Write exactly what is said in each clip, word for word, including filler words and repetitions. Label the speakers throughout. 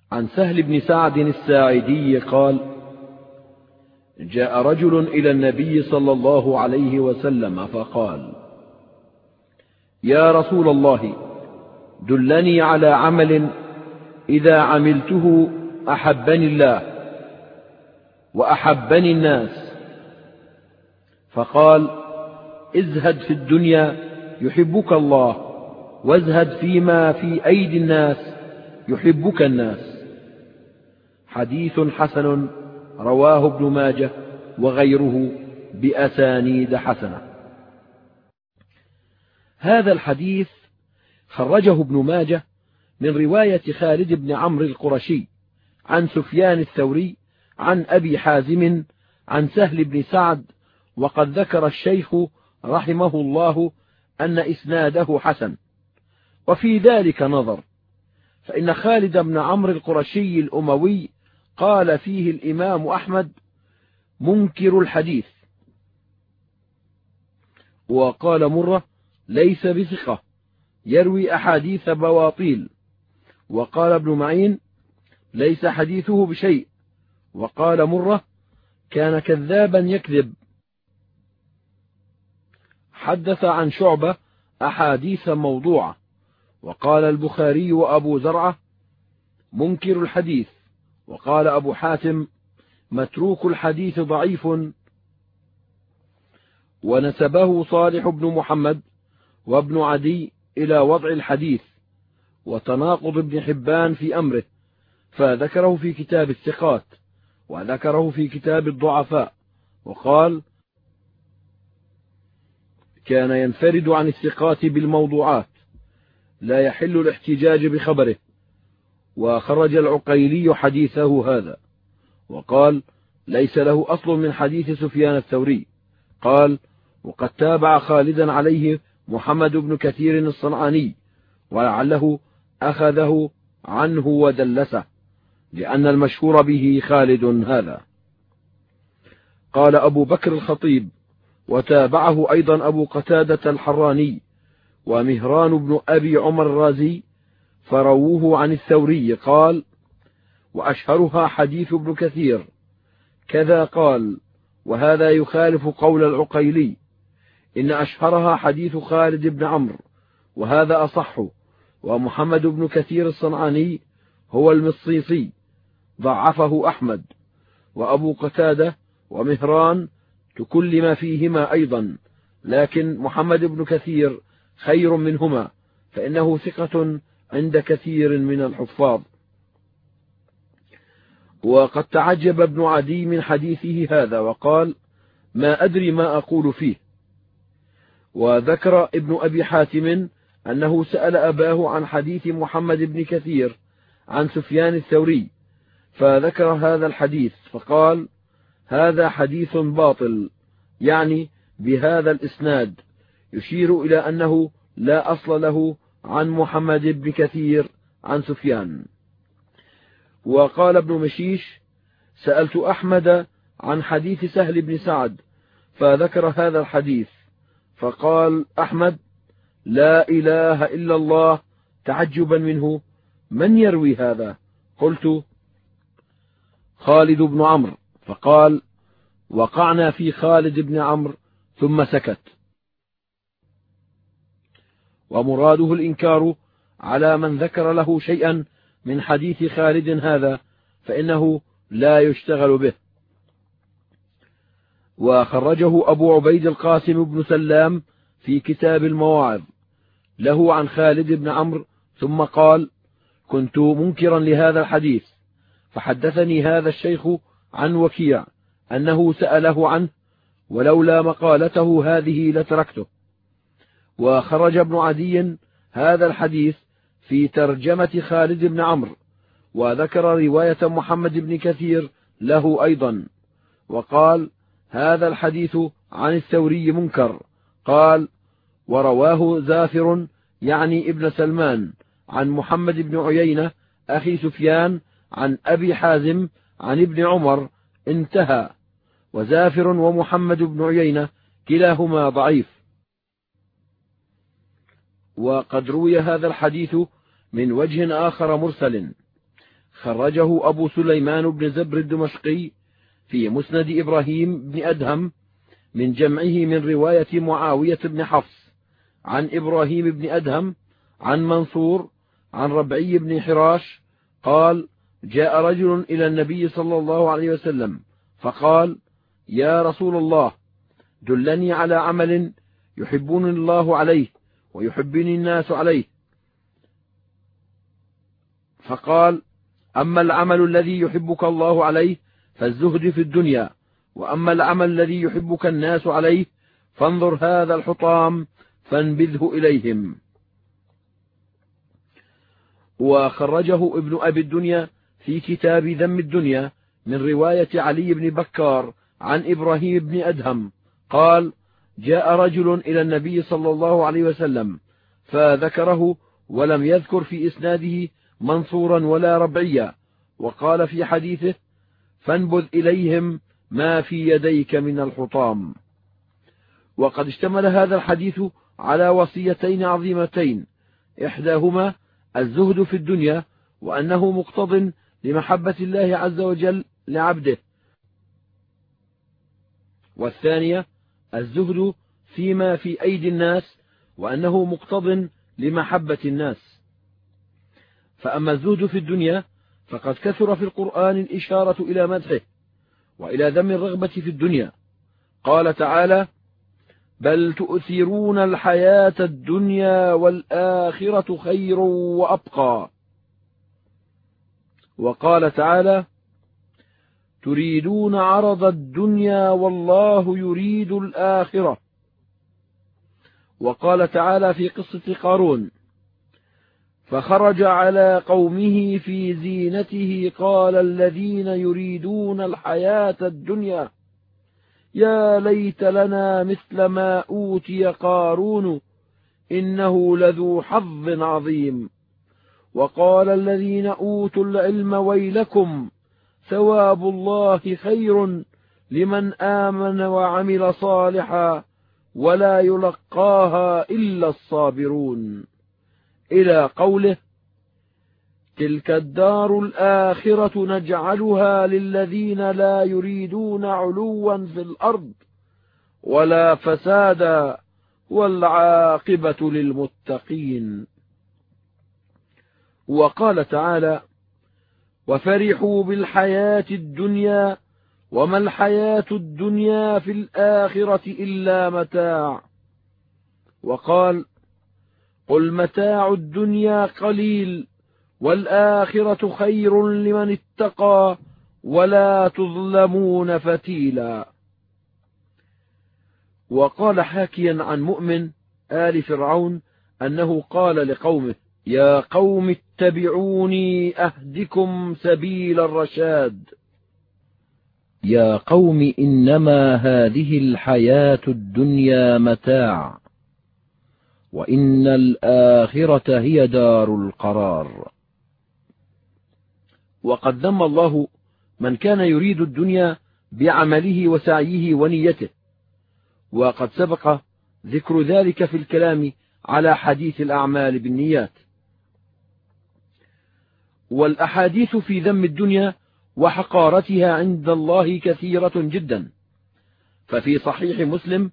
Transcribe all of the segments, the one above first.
Speaker 1: عن سهل بن سعد الساعدي قال: جاء رجل إلى النبي صلى الله عليه وسلم فقال: يا رسول الله، دلني على عمل إذا عملته أحبني الله وأحبني الناس. فقال: ازهد في الدنيا يحبك الله، وازهد فيما في أيدي الناس يحبك الناس. حديث حسن رواه ابن ماجه وغيره بأسانيد حسنة. هذا الحديث خرجه ابن ماجه من رواية خالد بن عمرو القرشي عن سفيان الثوري عن أبي حازم عن سهل بن سعد، وقد ذكر الشيخ رحمه الله أن إسناده حسن، وفي ذلك نظر، فإن خالد بن عمرو القرشي الأموي قال فيه الإمام أحمد: منكر الحديث، وقال مرة: ليس بثقة، يروي أحاديث بواطيل. وقال ابن معين: ليس حديثه بشيء. وقال مرة: كان كذابا يكذب. حدث عن شعبة أحاديث موضوعة. وقال البخاري وأبو زرعة: منكر الحديث. وقال أبو حاتم: متروك الحديث ضعيف. ونسبه صالح بن محمد وابن عدي إلى وضع الحديث وتناقض ابن حبان في أمره، فذكره في كتاب الثقات وذكره في كتاب الضعفاء، وقال: كان ينفرد عن الثقات بالموضوعات، لا يحل الاحتجاج بخبره. وخرج العقيلي حديثه هذا، وقال: ليس له أصل من حديث سفيان الثوري. قال: وقد تابع خالدا عليه محمد بن كثير الصنعاني، ولعله أخذه عنه ودلسه، لأن المشهور به خالد هذا. قال أبو بكر الخطيب: وتابعه أيضا أبو قتادة الحراني ومهران بن أبي عمر الرازي، فرووه عن الثوري. قال: وأشهرها حديث ابن كثير كذا. قال: وهذا يخالف قول العقيلي، إن أشهرها حديث خالد بن عمرو، وهذا أصح. ومحمد بن كثير الصنعاني هو المصيصي، ضعفه أحمد. وأبو قتادة ومهران تكلم فيهما أيضا، لكن محمد بن كثير خير منهما، فإنه ثقة عند كثير من الحفاظ. وقد تعجب ابن عدي من حديثه هذا، وقال: ما أدري ما أقول فيه. وذكر ابن أبي حاتم أنه سأل أباه عن حديث محمد بن كثير عن سفيان الثوري، فذكر هذا الحديث، فقال: هذا حديث باطل، يعني بهذا الإسناد، يشير إلى أنه لا أصل له عن محمد بن كثير عن سفيان. وقال ابن مشيش: سألت أحمد عن حديث سهل بن سعد، فذكر هذا الحديث، فقال أحمد: لا إله إلا الله، تعجبا منه، من يروي هذا؟ قلت: خالد بن عمرو. فقال: وقعنا في خالد بن عمرو، ثم سكت. ومراده الإنكار على من ذكر له شيئا من حديث خالد هذا، فإنه لا يشتغل به. وخرجه أبو عبيد القاسم بن سلام في كتاب المواعظ له عن خالد بن عمرو، ثم قال: كنت منكرا لهذا الحديث، فحدثني هذا الشيخ عن وكيع أنه سأله عنه، ولولا مقالته هذه لتركته. وخرج ابن عدي هذا الحديث في ترجمة خالد بن عمرو، وذكر رواية محمد بن كثير له أيضا، وقال: هذا الحديث عن الثوري منكر. قال: ورواه زافر، يعني ابن سلمان، عن محمد بن عيينة أخي سفيان عن أبي حازم عن ابن عمر، انتهى. وزافر ومحمد بن عيينة كلاهما ضعيف. وقد روي هذا الحديث من وجه آخر مرسل. خرجه أبو سليمان بن زبر الدمشقي في مسند إبراهيم بن أدهم من جمعه من رواية معاوية بن حفص عن إبراهيم بن أدهم عن منصور عن ربعي بن حراش قال: جاء رجل إلى النبي صلى الله عليه وسلم فقال: يا رسول الله، دلني على عمل يحبني الله عليه ويحبني الناس عليه. فقال: أما العمل الذي يحبك الله عليه فالزهد في الدنيا، وأما العمل الذي يحبك الناس عليه فانظر هذا الحطام فانبذه إليهم. وخرجه ابن أبي الدنيا في كتاب ذم الدنيا من رواية علي بن بكار عن إبراهيم بن أدهم قال: جاء رجل إلى النبي صلى الله عليه وسلم فذكره ولم يذكر في إسناده منصورا ولا ربعيا، وقال في حديثه: فانبذ إليهم ما في يديك من الحطام. وقد اشتمل هذا الحديث على وصيتين عظيمتين، إحداهما الزهد في الدنيا وأنه مقتض لمحبة الله عز وجل لعبده، والثانية الزهد فيما في أيدي الناس وأنه مقتض لمحبة الناس. فأما الزهد في الدنيا فقد كثر في القرآن الإشارة إلى مدحه وإلى ذم الرغبة في الدنيا. قال تعالى: بل تؤثرون الحياة الدنيا والآخرة خير وأبقى. وقال تعالى: تريدون عرض الدنيا والله يريد الآخرة. وقال تعالى في قصة قارون: فخرج على قومه في زينته قال الذين يريدون الحياة الدنيا يا ليت لنا مثل ما أوتي قارون إنه لذو حظ عظيم. وقال الذين أوتوا العلم ويلكم ثواب الله خير لمن آمن وعمل صالحا ولا يلقاها إلا الصابرون، إلى قوله: تلك الدار الآخرة نجعلها للذين لا يريدون علوا في الأرض ولا فسادا والعاقبة للمتقين. وقال تعالى: وفرحوا بالحياة الدنيا وما الحياة الدنيا في الآخرة إلا متاع. وقال: قل متاع الدنيا قليل والآخرة خير لمن اتقى ولا تظلمون فتيلا. وقال حاكيا عن مؤمن آل فرعون أنه قال لقومه: يا قوم اتبعوني أهدكم سبيل الرشاد. يا قوم إنما هذه الحياة الدنيا متاع وإن الآخرة هي دار القرار. وقد ذم الله من كان يريد الدنيا بعمله وسعيه ونيته، وقد سبق ذكر ذلك في الكلام على حديث الأعمال بالنيات. والأحاديث في ذم الدنيا وحقارتها عند الله كثيرة جدا. ففي صحيح مسلم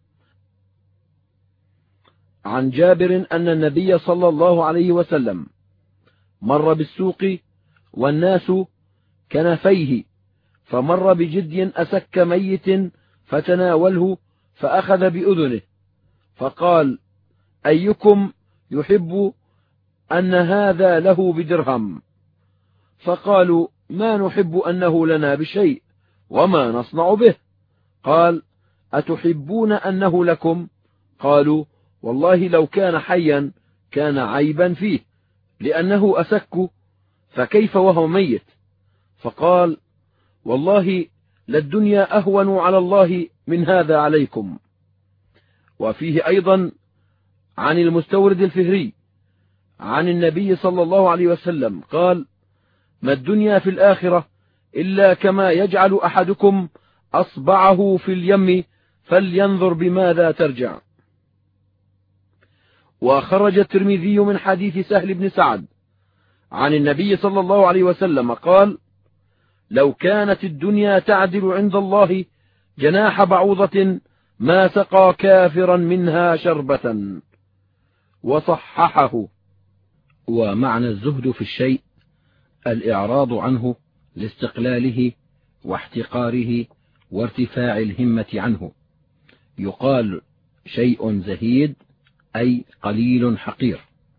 Speaker 1: عن جابر أن النبي صلى الله عليه وسلم مر بالسوق والناس كنفيه، فمر بجدي أسك ميت فتناوله فأخذ بأذنه فقال: أيكم يحب أن هذا له بدرهم؟ فقالوا: ما نحب أنه لنا بشيء وما نصنع به. قال: أتحبون أنه لكم؟ قالوا: والله لو كان حيا كان عيبا فيه لأنه أسك، فكيف وهو ميت؟ فقال: والله للدنيا أهون على الله من هذا عليكم. وفيه أيضا عن المستورد الفهري عن النبي صلى الله عليه وسلم قال: ما الدنيا في الآخرة إلا كما يجعل أحدكم أصبعه في اليم فلينظر بماذا ترجع. وخرج الترمذي من حديث سهل بن سعد عن النبي صلى الله عليه وسلم قال: لو كانت الدنيا تعدل عند الله جناح بعوضة ما سقى كافرا منها شربة. وصححه. ومعنى الزهد في الشيء الإعراض عنه لاستقلاله واحتقاره وارتفاع الهمة عنه. يقال شيء زهيد أي قليل حقير.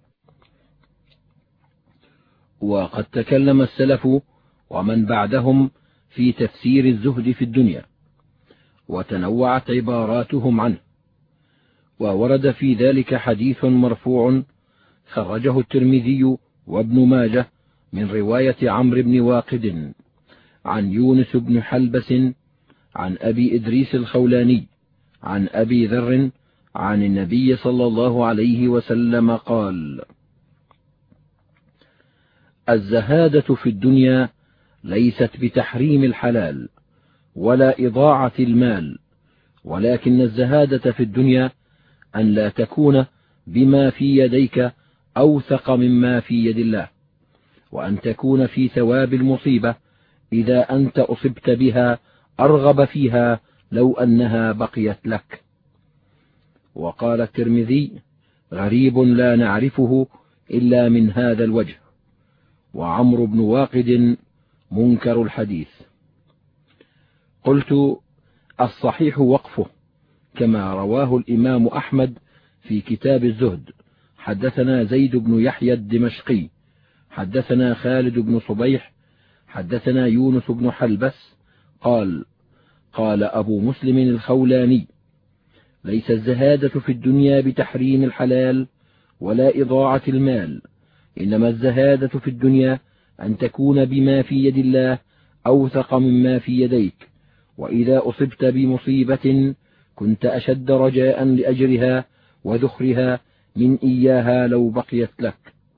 Speaker 1: وقد تكلم السلف ومن بعدهم في تفسير الزهد في الدنيا، وتنوعت عباراتهم عنه، وورد في ذلك حديث مرفوع خرجه الترمذي وابن ماجه من رواية عمرو بن واقد عن يونس بن حلبس عن أبي إدريس الخولاني عن أبي ذر عن النبي صلى الله عليه وسلم قال: الزهادة في الدنيا ليست بتحريم الحلال ولا إضاعة المال، ولكن الزهادة في الدنيا أن لا تكون بما في يديك أوثق مما في يد الله، وأن تكون في ثواب المصيبة إذا أنت أصبت بها أرغب فيها لو أنها بقيت لك. وقال الترمذي: غريب لا نعرفه إلا من هذا الوجه. وعمرو بن واقد منكر الحديث. قلت: الصحيح وقفه، كما رواه الإمام أحمد في كتاب الزهد. حدثنا زيد بن يحيى الدمشقي حدثنا خالد بن صبيح حدثنا يونس بن حلبس قال: قال أبو مسلم الخولاني: ليس الزهادة في الدنيا بتحريم الحلال ولا إضاعة المال، إنما الزهادة في الدنيا أن تكون بما في يد الله أوثق مما في يديك، وإذا أصبت بمصيبة كنت أشد رجاء لأجرها وذخرها من إياها لو بقيت لك.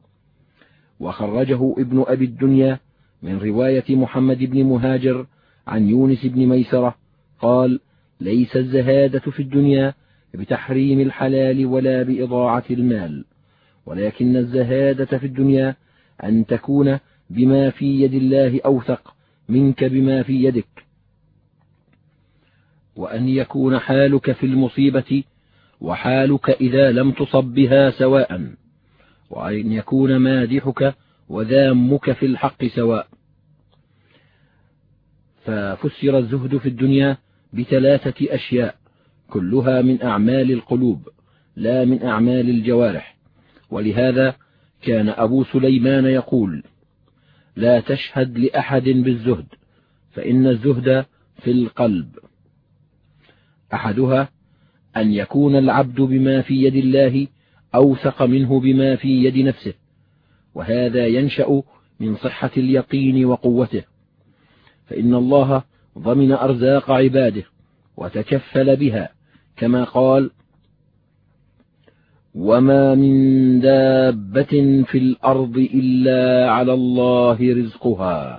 Speaker 1: وخرجه ابن أبي الدنيا من رواية محمد بن مهاجر عن يونس بن ميسرة قال: ليس الزهادة في الدنيا بتحريم الحلال ولا بإضاعة المال، ولكن الزهادة في الدنيا أن تكون بما في يد الله أوثق منك بما في يدك، وأن يكون حالك في المصيبة وحالك إذا لم تصب بها سواء، وأن يكون مادحك وذامك في الحق سواء. ففسر الزهد في الدنيا بثلاثة أشياء كلها من أعمال القلوب لا من أعمال الجوارح. ولهذا كان أبو سليمان يقول: لا تشهد لأحد بالزهد، فإن الزهد في القلب. أحدها أن يكون العبد بما في يد الله أوثق منه بما في يد نفسه، وهذا ينشأ من صحة اليقين وقوته، فإن الله ضمن أرزاق عباده وتكفل بها، كما قال: وما من دابة في الأرض إلا على الله رزقها.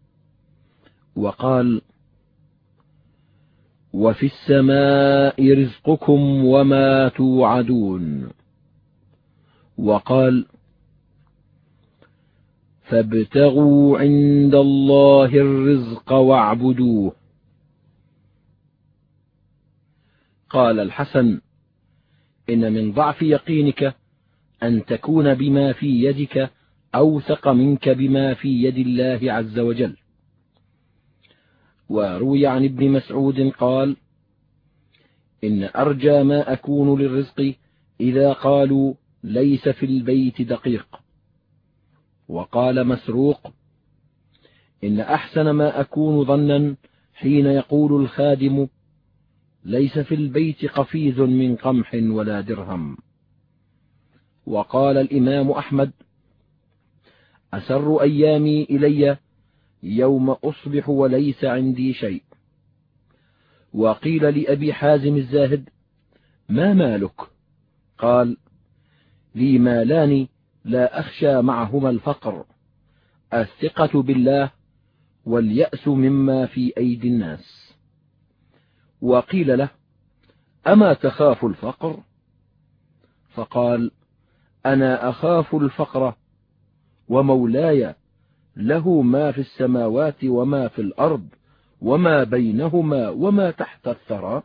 Speaker 1: وقال: وفي السماء رزقكم وما توعدون. وقال: فابتغوا عند الله الرزق واعبدوه. قال الحسن: إن من ضعف يقينك أن تكون بما في يدك أوثق منك بما في يد الله عز وجل. وروي عن ابن مسعود قال: إن أرجى ما أكون للرزق إذا قالوا ليس في البيت دقيق. وقال مسروق: إن أحسن ما أكون ظنا حين يقول الخادم ليس في البيت قفيز من قمح ولا درهم. وقال الإمام أحمد: أسر أيامي إلي يوم أصبح وليس عندي شيء. وقيل لأبي حازم الزاهد: ما مالك؟ قال: لي مالان لا أخشى معهما الفقر، الثقة بالله واليأس مما في أيدي الناس. وقيل له: أما تخاف الفقر؟ فقال: أنا أخاف الفقر ومولاي له ما في السماوات وما في الأرض وما بينهما وما تحت الثرى.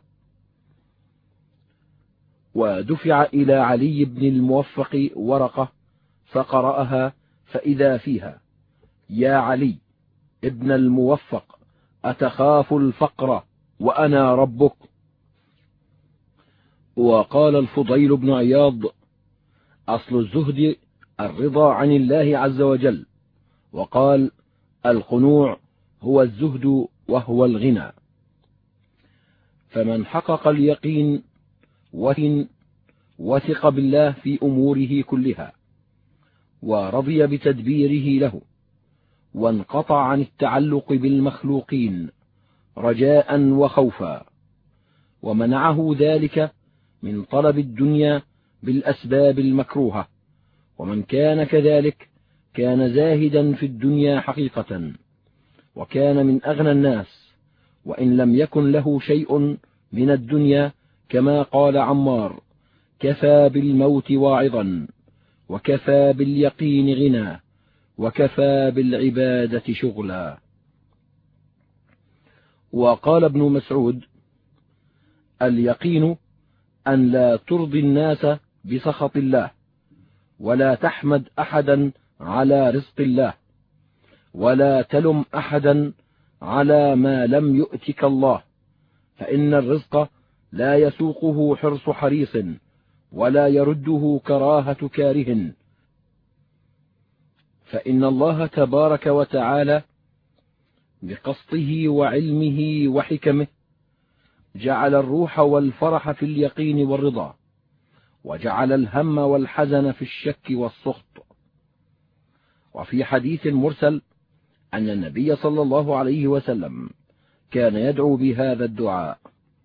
Speaker 1: ودفع إلى علي بن الموفق ورقة فقرأها، فإذا فيها: يا علي ابن الموفق، أتخاف الفقر وأنا ربك؟ وقال الفضيل بن عياض: أصل الزهد الرضا عن الله عز وجل. وقال: القنوع هو الزهد وهو الغنى. فمن حقق اليقين وهن وثق بالله في أموره كلها، ورضي بتدبيره له، وانقطع عن التعلق بالمخلوقين رجاء وخوفا، ومنعه ذلك من طلب الدنيا بالأسباب المكروهة. ومن كان كذلك كان زاهدا في الدنيا حقيقة، وكان من أغنى الناس، وإن لم يكن له شيء من الدنيا، كما قال عمار: كفى بالموت واعظا، وكفى باليقين غنى، وكفى بالعبادة شغلا. وقال ابن مسعود: اليقين أن لا ترضي الناس بسخط الله، ولا تحمد أحدا على رزق الله، ولا تلم أحدا على ما لم يؤتك الله، فإن الرزق لا يسوقه حرص حريص، ولا يرده كراهة كاره، فإن الله تبارك وتعالى بقسطه وعلمه وحكمه جعل الروح والفرح في اليقين والرضا، وجعل الهم والحزن في الشك والسخط. وفي حديث مرسل أن النبي صلى الله عليه وسلم كان يدعو بهذا الدعاء: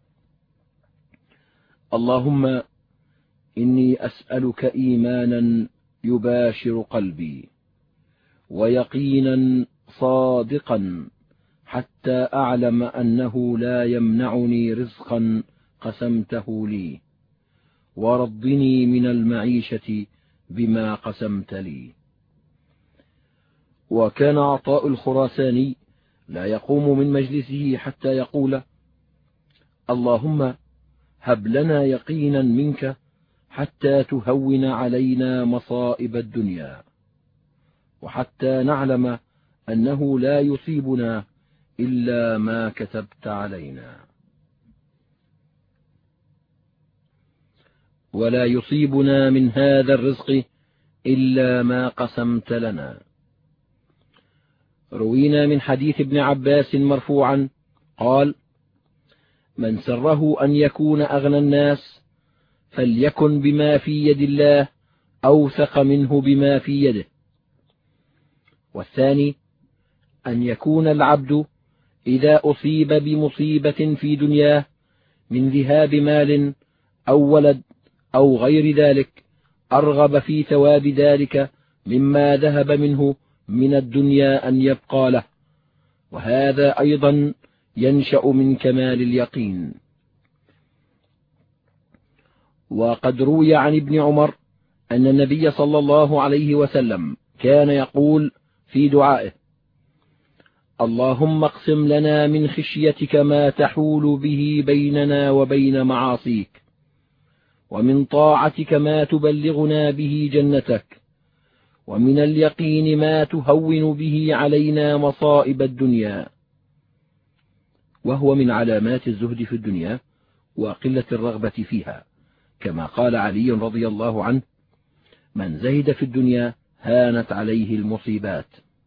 Speaker 1: اللهم إني أسألك إيمانا يباشر قلبي، ويقينا صادقا، حتى أعلم أنه لا يمنعني رزقا قسمته لي، ورضني من المعيشة بما قسمت لي. وكان عطاء الخراساني لا يقوم من مجلسه حتى يقول: اللهم هب لنا يقينا منك حتى تهون علينا مصائب الدنيا، وحتى نعلم أنه لا يصيبنا إلا ما كتبت علينا، ولا يصيبنا من هذا الرزق إلا ما قسمت لنا. روينا من حديث ابن عباس مرفوعا قال: من سره أن يكون أغنى الناس فليكن بما في يد الله أوثق منه بما في يده. والثاني أن يكون العبد إذا أصيب بمصيبة في دنياه من ذهاب مال أو ولد أو غير ذلك أرغب في ثواب ذلك مما ذهب منه من الدنيا أن يبقى له، وهذا أيضا ينشأ من كمال اليقين. وقد روي عن ابن عمر أن النبي صلى الله عليه وسلم كان يقول في دعائه: اللهم اقسم لنا من خشيتك ما تحول به بيننا وبين معاصيك، ومن طاعتك ما تبلغنا به جنتك، ومن اليقين ما تهون به علينا مصائب الدنيا. وهو من علامات الزهد في الدنيا وقلة الرغبة فيها، كما قال علي رضي الله عنه: من زهد في الدنيا هانت عليه المصيبات.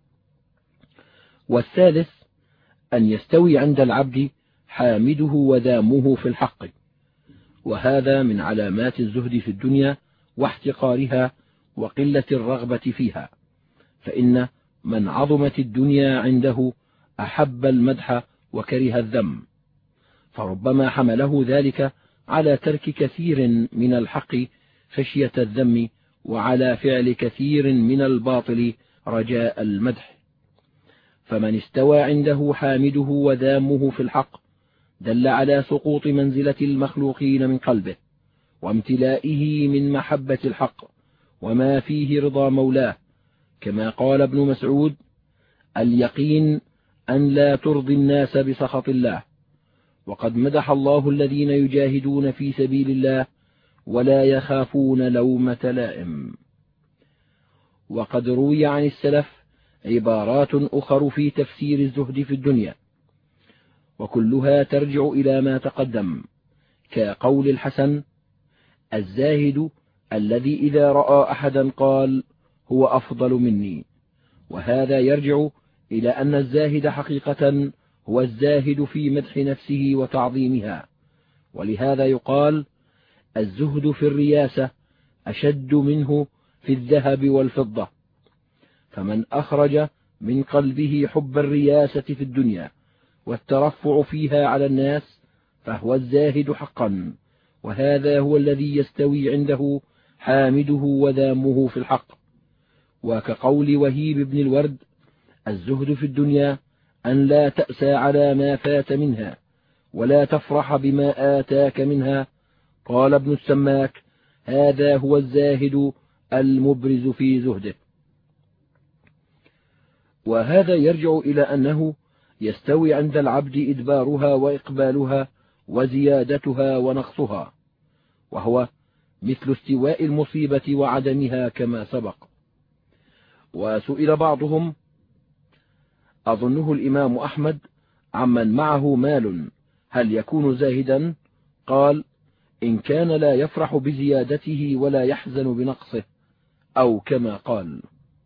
Speaker 1: والثالث أن يستوي عند العبد حامده وذامه في الحق، وهذا من علامات الزهد في الدنيا واحتقارها وقلة الرغبة فيها، فإن من عظمت الدنيا عنده أحب المدح وكره الذم، فربما حمله ذلك على ترك كثير من الحق خشية الذم، وعلى فعل كثير من الباطل رجاء المدح. فمن استوى عنده حامده وذامه في الحق دل على سقوط منزلة المخلوقين من قلبه، وامتلائه من محبة الحق وما فيه رضا مولاه، كما قال ابن مسعود: اليقين أن لا ترضي الناس بسخط الله. وقد مدح الله الذين يجاهدون في سبيل الله ولا يخافون لومة لائم. وقد روي عن السلف عبارات أخر في تفسير الزهد في الدنيا، وكلها ترجع إلى ما تقدم، كقول الحسن: الزاهد الذي إذا رأى أحدا قال هو أفضل مني. وهذا يرجع إلى أن الزاهد حقيقة هو الزاهد في مدح نفسه وتعظيمها، ولهذا يقال: الزهد في الرياسة أشد منه في الذهب والفضة. فمن أخرج من قلبه حب الرياسة في الدنيا والترفع فيها على الناس فهو الزاهد حقا، وهذا هو الذي يستوي عنده حامده وذامه في الحق. وكقول وهيب بن الورد: الزهد في الدنيا أن لا تأسى على ما فات منها ولا تفرح بما آتاك منها. قال ابن السماك: هذا هو الزاهد المبرز في زهده. وهذا يرجع إلى أنه يستوي عند العبد إدبارها وإقبالها وزيادتها ونقصها، وهو مثل استواء المصيبة وعدمها كما سبق. وسئل بعضهم، أظنه الإمام أحمد، عمن معه مال هل يكون زاهدا؟ قال: إن كان لا يفرح بزيادته ولا يحزن بنقصه، أو كما قال.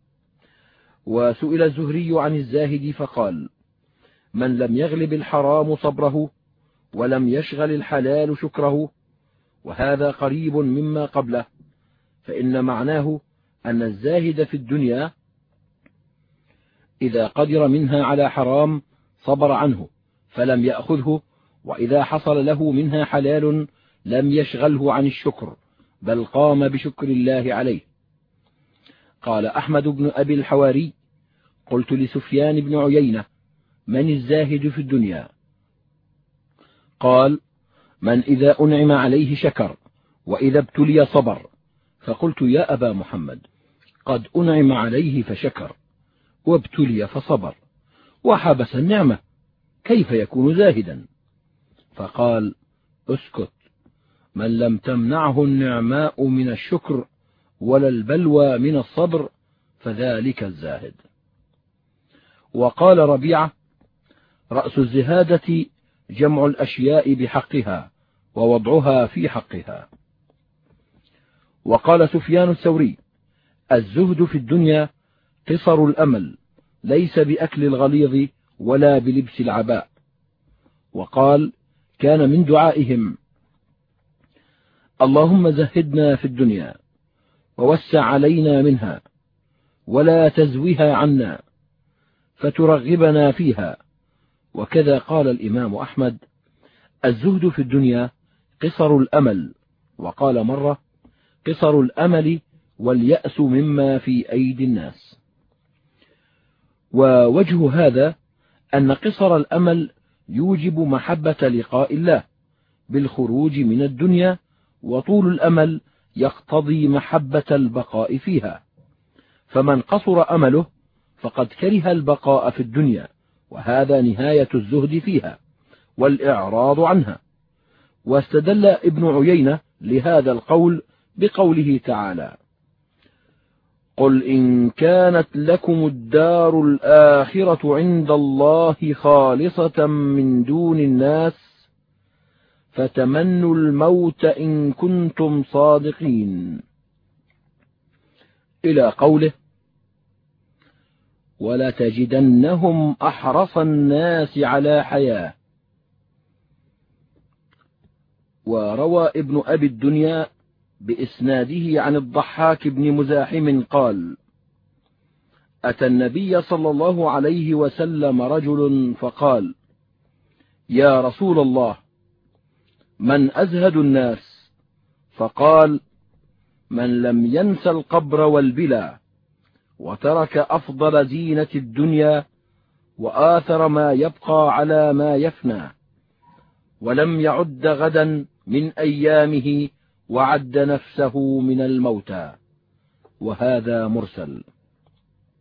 Speaker 1: وسئل الزهري عن الزاهد فقال: من لم يغلب الحرام صبره ولم يشغل الحلال شكره. وهذا قريب مما قبله، فإن معناه أن الزاهد في الدنيا إذا قدر منها على حرام صبر عنه فلم يأخذه، وإذا حصل له منها حلال لم يشغله عن الشكر بل قام بشكر الله عليه. قال أحمد بن أبي الحواري: قلت لسفيان بن عيينة: من الزاهد في الدنيا؟ قال: من إذا أنعم عليه شكر وإذا ابتلي صبر. فقلت: يا أبا محمد، قد أنعم عليه فشكر وابتلي فصبر وحبس النعمة، كيف يكون زاهدا؟ فقال: اسكت، من لم تمنعه النعماء من الشكر ولا البلوى من الصبر فذلك الزاهد. وقال ربيعة: رأس الزهادة جمع الأشياء بحقها ووضعها في حقها. وقال سفيان الثوري: الزهد في الدنيا قصر الأمل، ليس بأكل الغليظ ولا بلبس العباء. وقال: كان من دعائهم: اللهم زهدنا في الدنيا ووسع علينا منها ولا تزوها عنا فترغبنا فيها. وكذا قال الإمام أحمد: الزهد في الدنيا قصر الأمل. وقال مرة: قصر الأمل واليأس مما في أيدي الناس. ووجه هذا أن قصر الأمل يوجب محبة لقاء الله بالخروج من الدنيا، وطول الأمل يقتضي محبة البقاء فيها. فمن قصر أمله فقد كره البقاء في الدنيا، وهذا نهاية الزهد فيها والإعراض عنها. واستدل ابن عيينة لهذا القول بقوله تعالى: قل إن كانت لكم الدار الآخرة عند الله خالصة من دون الناس فتمنوا الموت إن كنتم صادقين، إلى قوله: ولتجدنهم أحرص الناس على حياة. وروى ابن أبي الدنيا بإسناده عن الضحاك بن مزاحم قال: أتى النبي صلى الله عليه وسلم رجل فقال: يا رسول الله، من أزهد الناس؟ فقال: من لم ينس القبر والبلى وترك أفضل زينة الدنيا وآثر ما يبقى على ما يفنى ولم يعد غدا من أيامه وعد نفسه من الموتى. وهذا مرسل.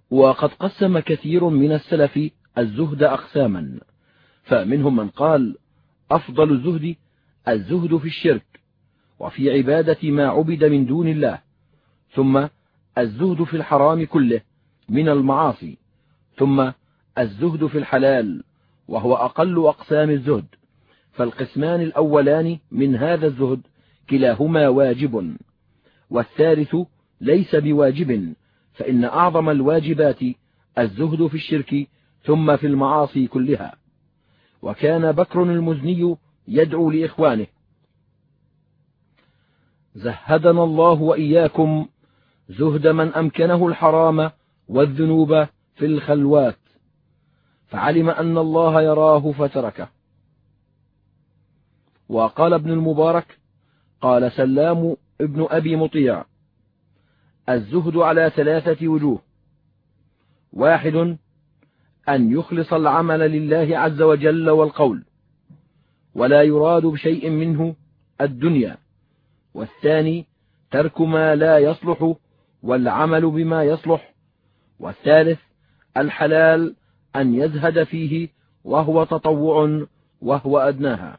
Speaker 1: وقد قسم كثير من السلف الزهد أقساما، فمنهم من قال أفضل الزهد الزهد في الشرك وفي عبادة ما عبد من دون الله، ثم الزهد في الحرام كله من المعاصي، ثم الزهد في الحلال وهو أقل أقسام الزهد. فالقسمان الأولان من هذا الزهد كلاهما واجب، والثالث ليس بواجب، فإن أعظم الواجبات الزهد في الشرك ثم في المعاصي كلها. وكان بكر المزني يدعو لإخوانه: زهدنا الله وإياكم زهد من أمكنه الحرام والذنوب في الخلوات، فعلم أن الله يراه فتركه. وقال ابن المبارك: قال سلام ابن أبي مطيع: الزهد على ثلاثة وجوه: واحد، أن يخلص العمل لله عز وجل والقول ولا يراد بشيء منه الدنيا، والثاني ترك ما لا يصلح والعمل بما يصلح، والثالث الحلال أن يزهد فيه وهو تطوع وهو أدناها.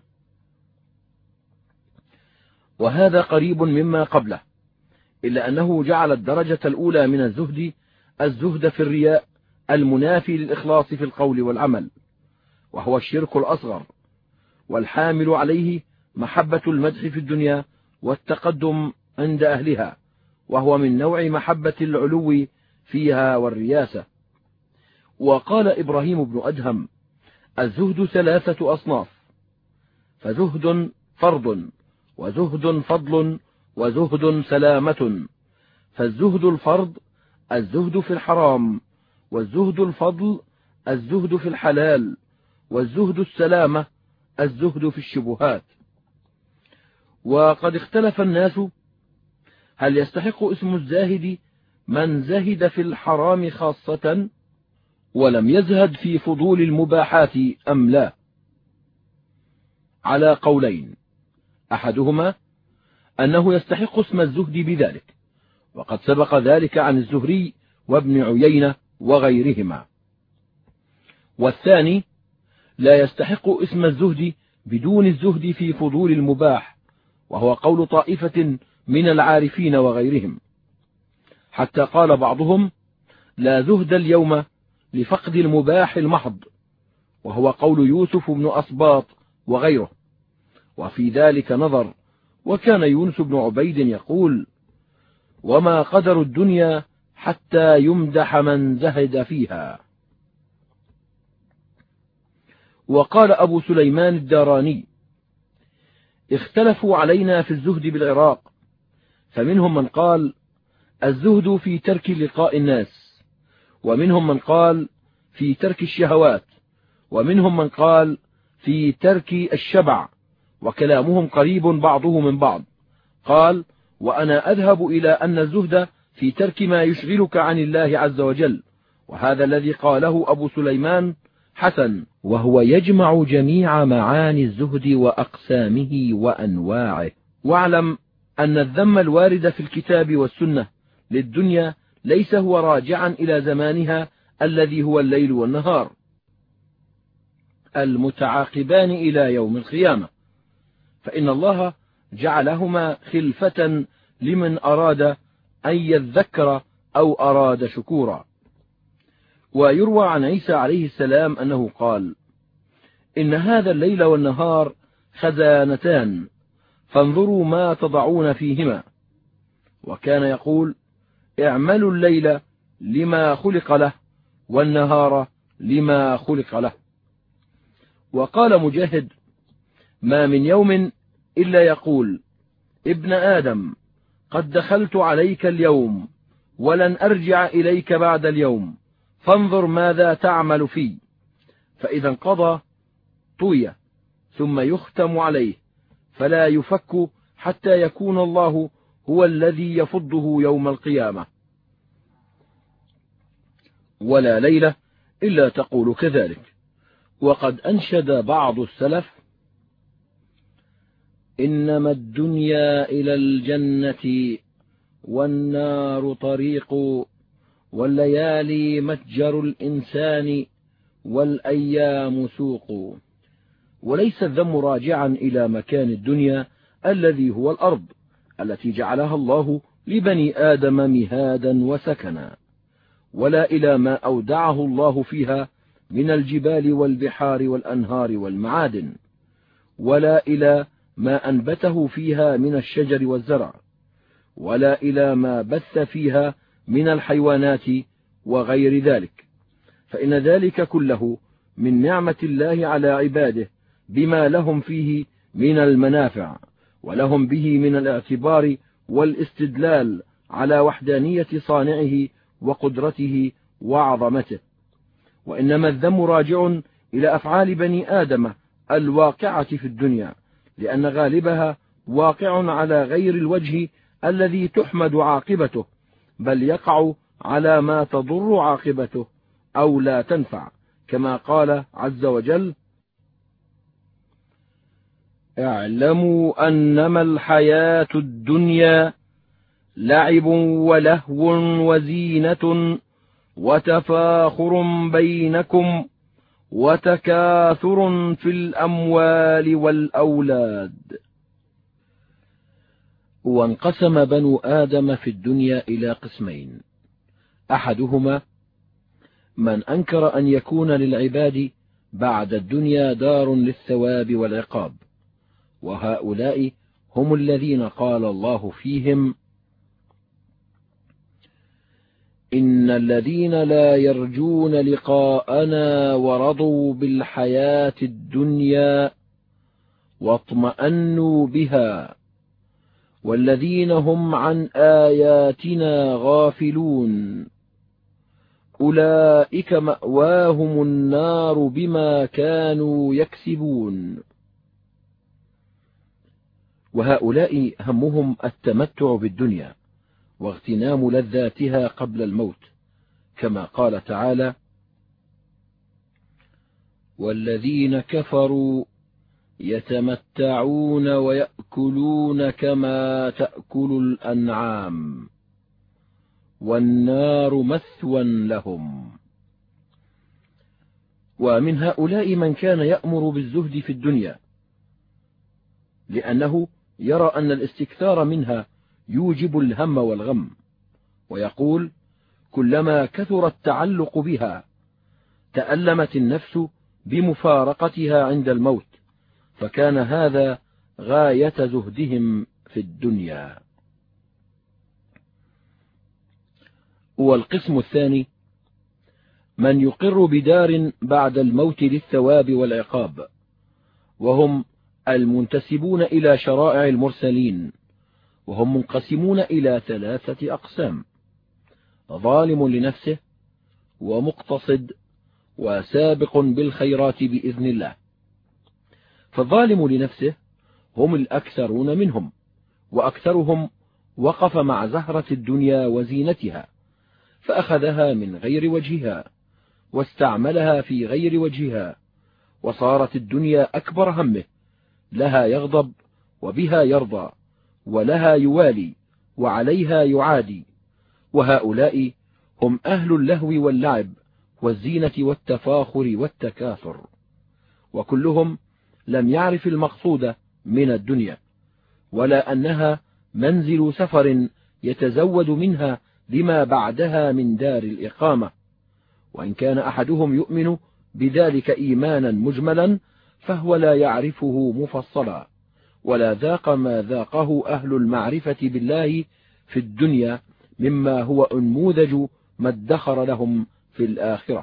Speaker 1: وهذا قريب مما قبله، إلا أنه جعل الدرجة الأولى من الزهد الزهد في الرياء المنافي للإخلاص في القول والعمل، وهو الشرك الأصغر، والحامل عليه محبة المدح في الدنيا والتقدم عند أهلها، وهو من نوع محبة العلو فيها والرياسة. وقال إبراهيم بن أدهم: الزهد ثلاثة أصناف: فزهد فرض، وزهد فضل، وزهد سلامة. فالزهد الفرض الزهد في الحرام، والزهد الفضل الزهد في الحلال، والزهد السلامة الزهد في الشبهات. وقد اختلف الناس هل يستحق اسم الزاهد من زهد في الحرام خاصة ولم يزهد في فضول المباحات أم لا، على قولين: أحدهما أنه يستحق اسم الزهد بذلك، وقد سبق ذلك عن الزهري وابن عيينة وغيرهما. والثاني لا يستحق اسم الزهد بدون الزهد في فضول المباح، وهو قول طائفة من العارفين وغيرهم، حتى قال بعضهم: لا زهد اليوم لفقد المباح المحض، وهو قول يوسف بن أصباط وغيره. وفي ذلك نظر، وكان يونس بن عبيد يقول: وما قدر الدنيا حتى يمدح من زهد فيها. وقال أبو سليمان الداراني: اختلفوا علينا في الزهد بالعراق، فمنهم من قال الزهد في ترك لقاء الناس، ومنهم من قال في ترك الشهوات، ومنهم من قال في ترك الشبع، وكلامهم قريب بعضه من بعض. قال: وأنا أذهب إلى أن الزهد في ترك ما يشغلك عن الله عز وجل، وهذا الذي قاله أبو سليمان حسن، وهو يجمع جميع معاني الزهد وأقسامه وأنواعه. واعلم أن الذم الوارد في الكتاب والسنة للدنيا ليس هو راجعا إلى زمانها الذي هو الليل والنهار المتعاقبان إلى يوم القيامة، فإن الله جعلهما خلفة لمن أراد أن يذكر أو أراد شكورا. ويروى عن عيسى عليه السلام أنه قال: إن هذا الليل والنهار خزانتان، فانظروا ما تضعون فيهما. وكان يقول: اعملوا الليل لما خلق له، والنهار لما خلق له. وقال مجاهد: ما من يوم إلا يقول ابن آدم قد دخلت عليك اليوم ولن أرجع إليك بعد اليوم، فانظر ماذا تعمل فيه. فإذا انقضى طوي، ثم يختم عليه، فلا يفك حتى يكون الله هو الذي يفضه يوم القيامة. ولا ليلة إلا تقول كذلك. وقد أنشد بعض السلف: إنما الدنيا إلى الجنة والنار طريق، والليالي متجر الإنسان والأيام سوق. وليس الذم راجعا إلى مكان الدنيا الذي هو الأرض التي جعلها الله لبني آدم مهادا وسكنا، ولا إلى ما أودعه الله فيها من الجبال والبحار والأنهار والمعادن، ولا إلى ما أنبته فيها من الشجر والزرع، ولا إلى ما بث فيها من الحيوانات وغير ذلك، فإن ذلك كله من نعمة الله على عباده بما لهم فيه من المنافع، ولهم به من الاعتبار والاستدلال على وحدانية صانعه وقدرته وعظمته. وإنما الذم راجع إلى أفعال بني آدم الواقعة في الدنيا، لأن غالبها واقع على غير الوجه الذي تحمد عاقبته، بل يقع على ما تضر عاقبته أو لا تنفع، كما قال عز وجل: اعلموا أنما الحياة الدنيا لعب ولهو وزينة وتفاخر بينكم وتكاثر في الأموال والأولاد. وانقسم بنو آدم في الدنيا إلى قسمين: أحدهما من أنكر أن يكون للعباد بعد الدنيا دار للثواب والعقاب، وهؤلاء هم الذين قال الله فيهم: إن الذين لا يرجون لقاءنا ورضوا بالحياة الدنيا واطمأنوا بها والذين هم عن آياتنا غافلون أولئك مأواهم النار بما كانوا يكسبون. وهؤلاء همهم التمتع بالدنيا واغتنام لذاتها قبل الموت، كما قال تعالى: والذين كفروا يتمتعون ويأكلون كما تأكل الأنعام والنار مثوى لهم. ومن هؤلاء من كان يأمر بالزهد في الدنيا، لأنه يرى أن الاستكثار منها يوجب الهم والغم، ويقول: كلما كثر التعلق بها تألمت النفس بمفارقتها عند الموت، فكان هذا غاية زهدهم في الدنيا. والقسم الثاني من يقر بدار بعد الموت للثواب والعقاب، وهم المنتسبون إلى شرائع المرسلين، وهم منقسمون إلى ثلاثة أقسام: ظالم لنفسه ومقتصد وسابق بالخيرات بإذن الله. فالظالم لنفسه هم الأكثرون منهم، وأكثرهم وقف مع زهرة الدنيا وزينتها، فأخذها من غير وجهها واستعملها في غير وجهها، وصارت الدنيا أكبر همه، لها يغضب وبها يرضى، ولها يوالي وعليها يعادي. وهؤلاء هم أهل اللهو واللعب والزينة والتفاخر والتكاثر، وكلهم لم يعرف المقصود من الدنيا، ولا أنها منزل سفر يتزود منها لما بعدها من دار الإقامة. وإن كان أحدهم يؤمن بذلك إيمانا مجملا، فهو لا يعرفه مفصلا، ولا ذاق ما ذاقه أهل المعرفة بالله في الدنيا مما هو أنموذج ما ادخر لهم في الآخرة.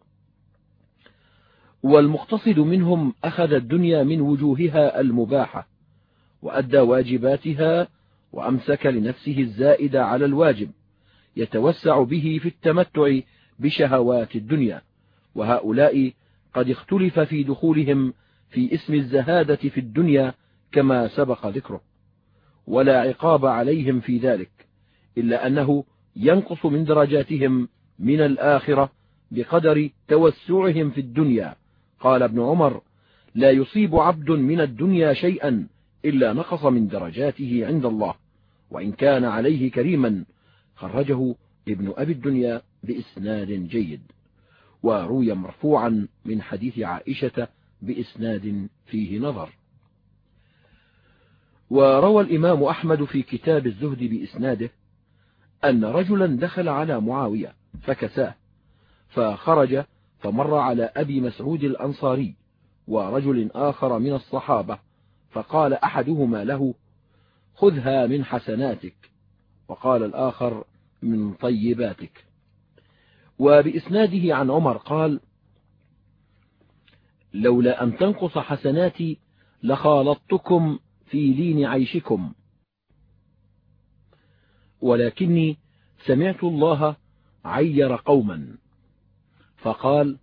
Speaker 1: والمقتصد منهم أخذ الدنيا من وجوهها المباحة وأدى واجباتها، وأمسك لنفسه الزائد على الواجب، يتوسع به في التمتع بشهوات الدنيا. وهؤلاء قد اختلف في دخولهم في اسم الزهادة في الدنيا كما سبق ذكره، ولا عقاب عليهم في ذلك، إلا أنه ينقص من درجاتهم من الآخرة بقدر توسعهم في الدنيا. قال ابن عمر: لا يصيب عبد من الدنيا شيئا إلا نقص من درجاته عند الله، وإن كان عليه كريما. خرجه ابن أبي الدنيا بإسناد جيد، وروي مرفوعا من حديث عائشة بإسناد فيه نظر. وروى الإمام أحمد في كتاب الزهد بإسناده أن رجلا دخل على معاوية فكساه، فخرج فمر على أبي مسعود الأنصاري ورجل آخر من الصحابة، فقال أحدهما له: خذها من حسناتك، وقال الآخر: من طيباتك. وبإسناده عن عمر قال: لولا أن تنقص حسناتي لخالطتكم في لين عيشكم، ولكني سمعت الله عير قوما فقال: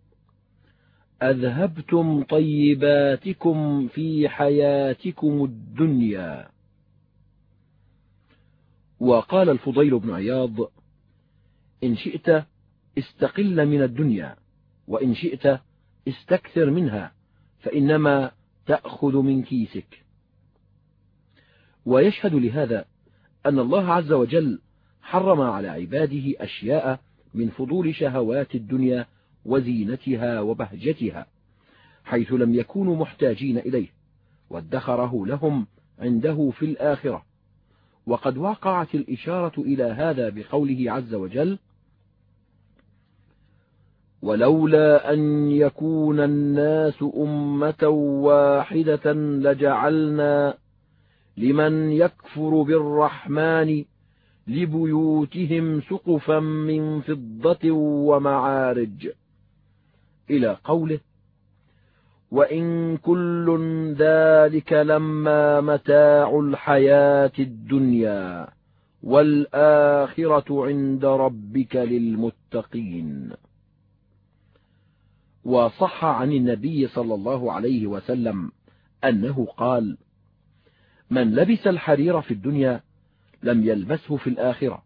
Speaker 1: أذهبتم طيباتكم في حياتكم الدنيا. وقال الفضيل بن عياض: إن شئت استقل من الدنيا، وإن شئت استكثر منها، فإنما تأخذ من كيسك. ويشهد لهذا أن الله عز وجل حرم على عباده أشياء من فضول شهوات الدنيا وزينتها وبهجتها، حيث لم يكونوا محتاجين إليه، وادخره لهم عنده في الآخرة. وقد وقعت الإشارة إلى هذا بقوله عز وجل: ولولا أن يكون الناس أمة واحدة لجعلنا لمن يكفر بالرحمن لبيوتهم سقفا من فضة ومعارج، إلى قوله: وإن كل ذلك لما متاع الحياة الدنيا والآخرة عند ربك للمتقين. وصح عن النبي صلى الله عليه وسلم أنه قال: من لبس الحرير في الدنيا لم يلبسه في الآخرة،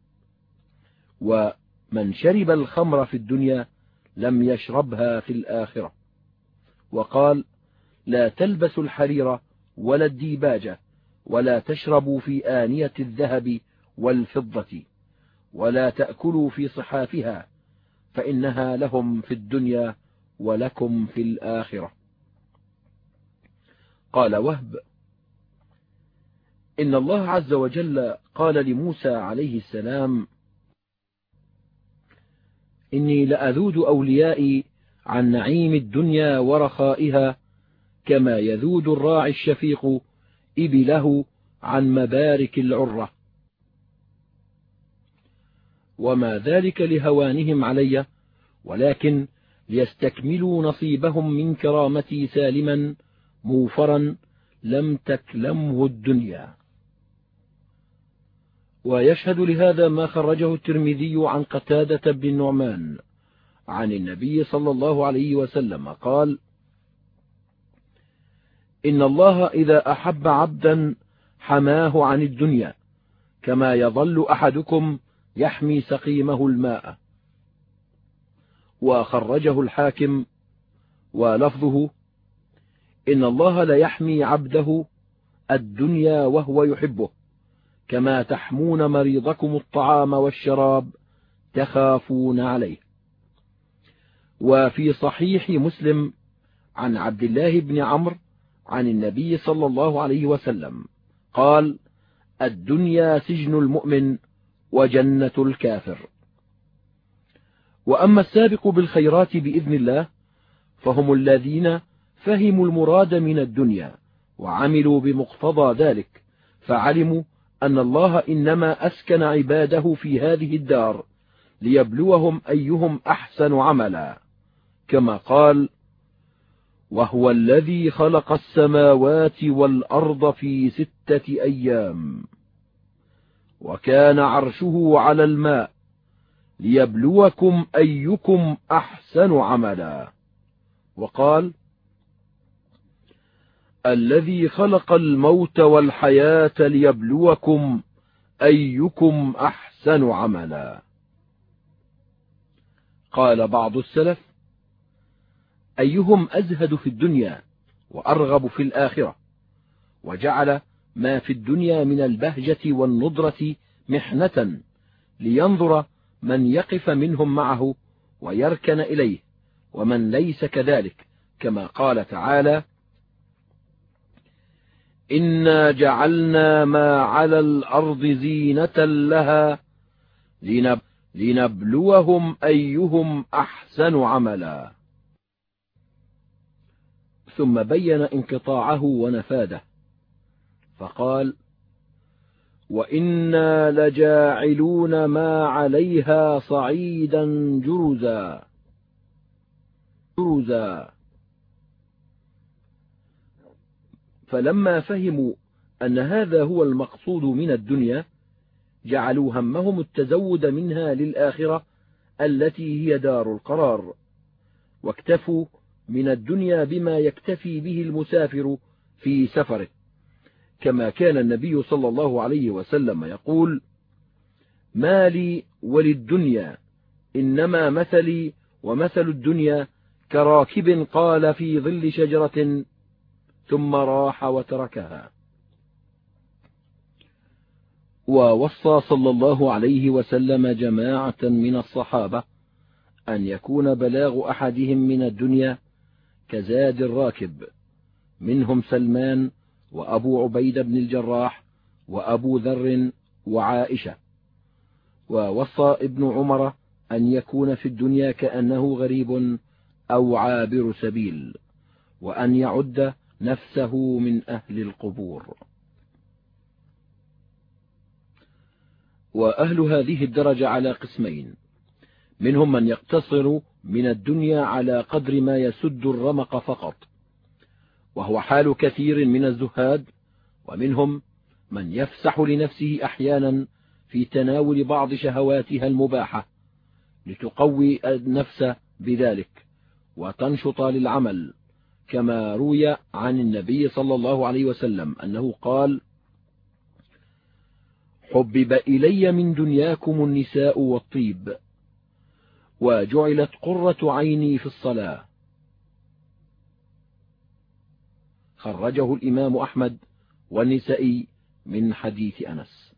Speaker 1: ومن شرب الخمر في الدنيا لم يشربها في الآخرة. وقال: لا تلبسوا الحرير ولا الديباج، ولا تشربوا في آنية الذهب والفضة، ولا تأكلوا في صحافها، فإنها لهم في الدنيا ولكم في الآخرة. قال وهب: إن الله عز وجل قال لموسى عليه السلام: إني لأذود أوليائي عن نعيم الدنيا ورخائها، كما يذود الراعي الشفيق إبله عن مبارك العرة. وما ذلك لهوانهم علي، ولكن ليستكملوا نصيبهم من كرامتي سالما موفرا لم تكلمه الدنيا. ويشهد لهذا ما خرجه الترمذي عن قتادة بن النعمان عن النبي صلى الله عليه وسلم قال: إن الله إذا أحب عبدا حماه عن الدنيا، كما يظل أحدكم يحمي سقيمه الماء. وخرجه الحاكم ولفظه: إن الله ليحمي عبده الدنيا وهو يحبه، كما تحمون مريضكم الطعام والشراب تخافون عليه. وفي صحيح مسلم عن عبد الله بن عمرو عن النبي صلى الله عليه وسلم قال: الدنيا سجن المؤمن وجنة الكافر. وأما السابق بالخيرات بإذن الله فهم الذين فهموا المراد من الدنيا وعملوا بمقتضى ذلك، فعلموا أن الله إنما أسكن عباده في هذه الدار ليبلوهم أيهم أحسن عملا، كما قال: وهو الذي خلق السماوات والأرض في ستة أيام وكان عرشه على الماء ليبلوكم أيكم أحسن عملا. وقال: الذي خلق الموت والحياة ليبلوكم أيكم أحسن عملا. قال بعض السلف: أيهم أزهد في الدنيا وأرغب في الآخرة، وجعل ما في الدنيا من البهجة والنضرة محنة لينظر من يقف منهم معه ويركن إليه ومن ليس كذلك، كما قال تعالى: إنا جعلنا ما على الأرض زينة لها لنبلوهم أيهم أحسن عملا. ثم بين انقطاعه ونفاده فقال: وإنا لجاعلون ما عليها صعيدا جرزا جرزا فلما فهموا أن هذا هو المقصود من الدنيا جعلوا همهم التزود منها للآخرة التي هي دار القرار، واكتفوا من الدنيا بما يكتفي به المسافر في سفره، كما كان النبي صلى الله عليه وسلم يقول: ما لي وللدنيا إنما مثلي ومثل الدنيا كراكب قال في ظل شجرة ثم راح وتركها. ووصى صلى الله عليه وسلم جماعة من الصحابة أن يكون بلاغ أحدهم من الدنيا كزاد الراكب، منهم سلمان وأبو عبيدة بن الجراح وأبو ذر وعائشة. ووصى ابن عمر أن يكون في الدنيا كأنه غريب أو عابر سبيل، وأن يعد نفسه من أهل القبور. وأهل هذه الدرجة على قسمين: منهم من يقتصر من الدنيا على قدر ما يسد الرمق فقط، وهو حال كثير من الزهاد، ومنهم من يفسح لنفسه أحيانا في تناول بعض شهواتها المباحة لتقوي النفس بذلك وتنشط للعمل، كما روي عن النبي صلى الله عليه وسلم أنه قال: حبب إلي من دنياكم النساء والطيب، وجعلت قرة عيني في الصلاة. خرجه الإمام أحمد والنسائي من حديث أنس.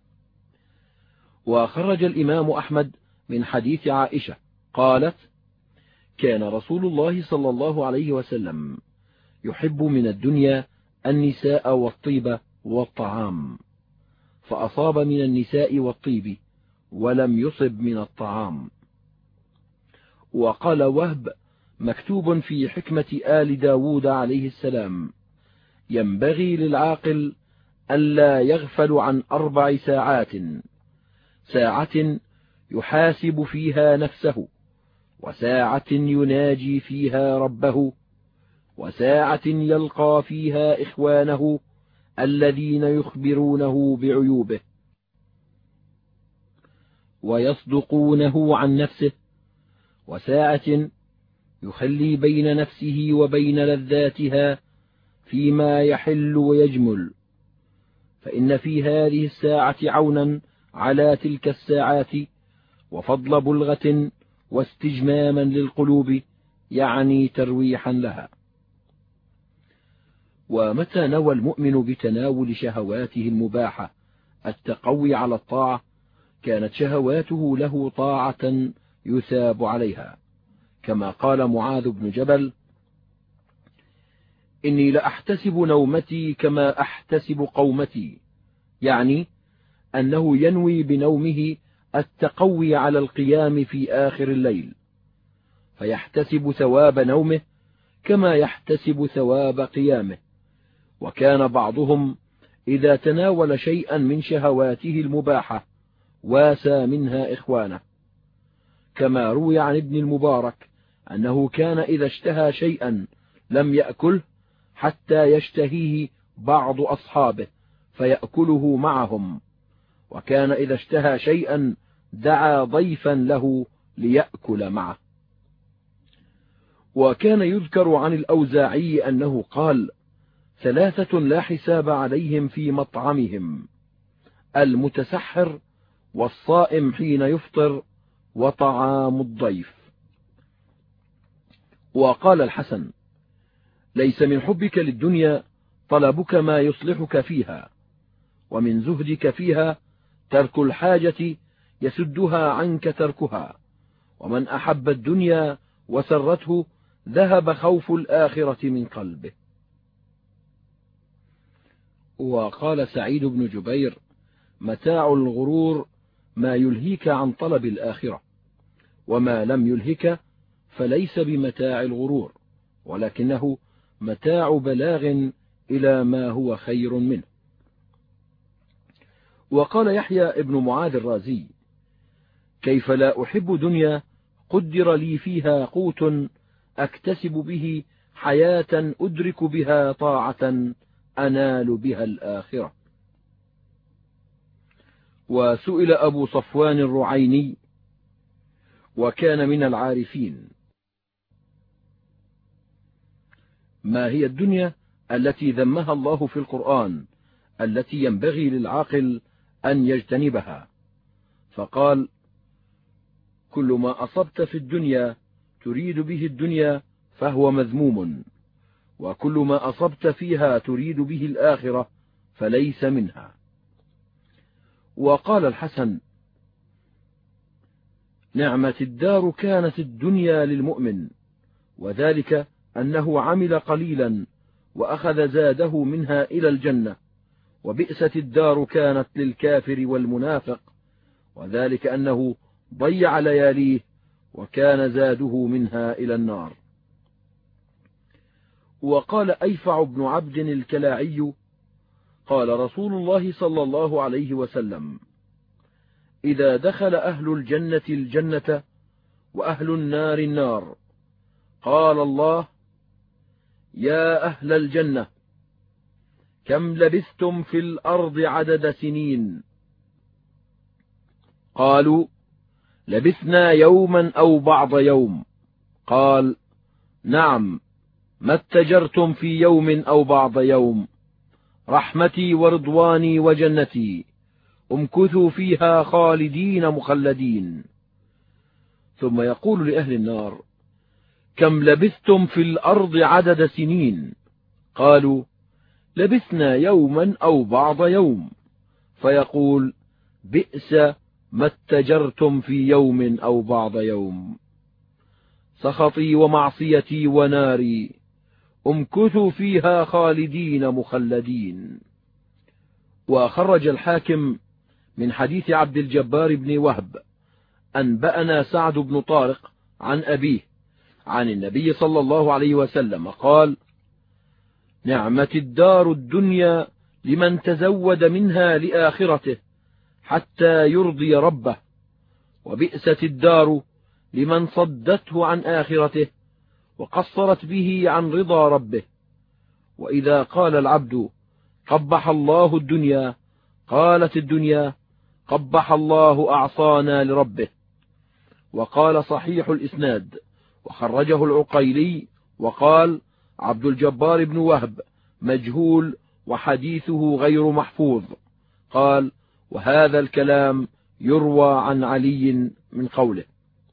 Speaker 1: وخرج الإمام أحمد من حديث عائشة قالت: كان رسول الله صلى الله عليه وسلم يحب من الدنيا النساء والطيب والطعام، فأصاب من النساء والطيب ولم يصب من الطعام. وقال وهب مكتوب في حكمة آل داود عليه السلام: ينبغي للعاقل ألا يغفل عن أربع ساعات: ساعة يحاسب فيها نفسه، وساعة يناجي فيها ربه، وساعة يلقى فيها إخوانه الذين يخبرونه بعيوبه ويصدقونه عن نفسه، وساعة يخلي بين نفسه وبين لذاتها فيما يحل ويجمل، فإن في هذه الساعة عونا على تلك الساعات، وفضل بلغة واستجماما للقلوب، يعني ترويحا لها. ومتى نوى المؤمن بتناول شهواته المباحة التقوي على الطاعة، كانت شهواته له طاعة يثاب عليها، كما قال معاذ بن جبل: إني لأحتسب نومتي كما أحتسب قومتي، يعني أنه ينوي بنومه التقوي على القيام في آخر الليل، فيحتسب ثواب نومه كما يحتسب ثواب قيامه. وكان بعضهم إذا تناول شيئا من شهواته المباحة واسى منها إخوانه، كما روي عن ابن المبارك أنه كان إذا اشتهى شيئا لم يأكله حتى يشتهيه بعض أصحابه فيأكله معهم، وكان إذا اشتهى شيئا دعا ضيفا له ليأكل معه. وكان يذكر عن الأوزاعي أنه قال: ثلاثة لا حساب عليهم في مطعمهم: المتسحر، والصائم حين يفطر، وطعام الضيف. وقال الحسن: ليس من حبك للدنيا طلبك ما يصلحك فيها، ومن زهدك فيها ترك الحاجة يسدها عنك تركها، ومن أحب الدنيا وسرته ذهب خوف الآخرة من قلبه. وقال سعيد بن جبير: متاع الغرور ما يلهيك عن طلب الآخرة، وما لم يلهك فليس بمتاع الغرور، ولكنه متاع بلاغ إلى ما هو خير منه. وقال يحيى ابن معاذ الرازي: كيف لا أحب دنيا قدر لي فيها قوت أكتسب به حياة أدرك بها طاعة أنال بها الآخرة. وسئل أبو صفوان الرعيني وكان من العارفين: ما هي الدنيا التي ذمها الله في القرآن التي ينبغي للعاقل أن يجتنبها؟ فقال: كل ما أصبت في الدنيا تريد به الدنيا فهو مذموم، وكل ما أصبت فيها تريد به الآخرة فليس منها. وقال الحسن: نعمة الدار كانت الدنيا للمؤمن، وذلك أنه عمل قليلا وأخذ زاده منها إلى الجنة، وبئست الدار كانت للكافر والمنافق، وذلك أنه ضيع لياليه وكان زاده منها إلى النار. وقال أيفع بن عبد الكلاعي: قال رسول الله صلى الله عليه وسلم: إذا دخل أهل الجنة الجنة وأهل النار النار، قال الله: يا أهل الجنة، كم لبثتم في الأرض عدد سنين؟ قالوا: لبثنا يوما أو بعض يوم. قال: نعم، ما اتجرتم في يوم أو بعض يوم، رحمتي ورضواني وجنتي، امكثوا فيها خالدين مخلدين. ثم يقول لأهل النار: كم لبثتم في الأرض عدد سنين؟ قالوا: لبثنا يوما أو بعض يوم. فيقول: بئس ما اتجرتم في يوم أو بعض يوم، سخطي ومعصيتي وناري، امكثوا فيها خالدين مخلدين. وخرج الحاكم من حديث عبد الجبار بن وهب: أنبأنا سعد بن طارق عن أبيه عن النبي صلى الله عليه وسلم قال: نعمة الدار الدنيا لمن تزود منها لآخرته حتى يرضي ربه، وبئست الدار لمن صدته عن آخرته وقصرت به عن رضا ربه. وإذا قال العبد: قبح الله الدنيا، قالت الدنيا: قبح الله أعصانا لربه. وقال صحيح الإسناد وخرجه العقيلي وقال: عبد الجبار بن وهب مجهول وحديثه غير محفوظ. قال: وهذا الكلام يروى عن علي من قوله.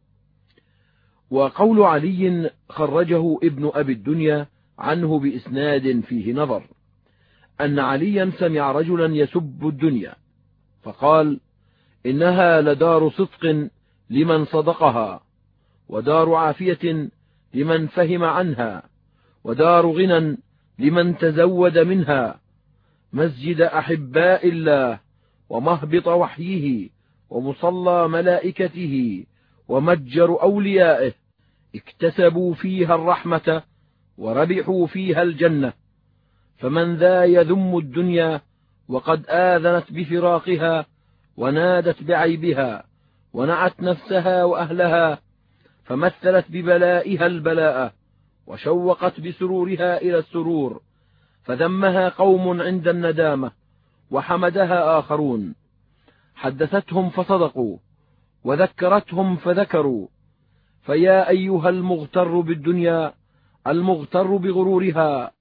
Speaker 1: وقول علي خرجه ابن أبي الدنيا عنه بإسناد فيه نظر، أن عليا سمع رجلا يسب الدنيا فقال: إنها لدار صدق لمن صدقها، ودار عافية لمن فهم عنها، ودار غنى لمن تزود منها، مسجد أحباء الله، ومهبط وحيه، ومصلى ملائكته، ومتجر أوليائه، اكتسبوا فيها الرحمة وربحوا فيها الجنة. فمن ذا يذم الدنيا وقد آذنت بفراقها ونادت بعيبها ونعت نفسها وأهلها، فمثلت ببلائها البلاء وشوقت بسرورها إلى السرور، فذمها قوم عند الندامة وحمدها آخرون، حدثتهم فصدقوا وذكرتهم فذكروا. فيا أيها المغتر بالدنيا المغتر بغرورها،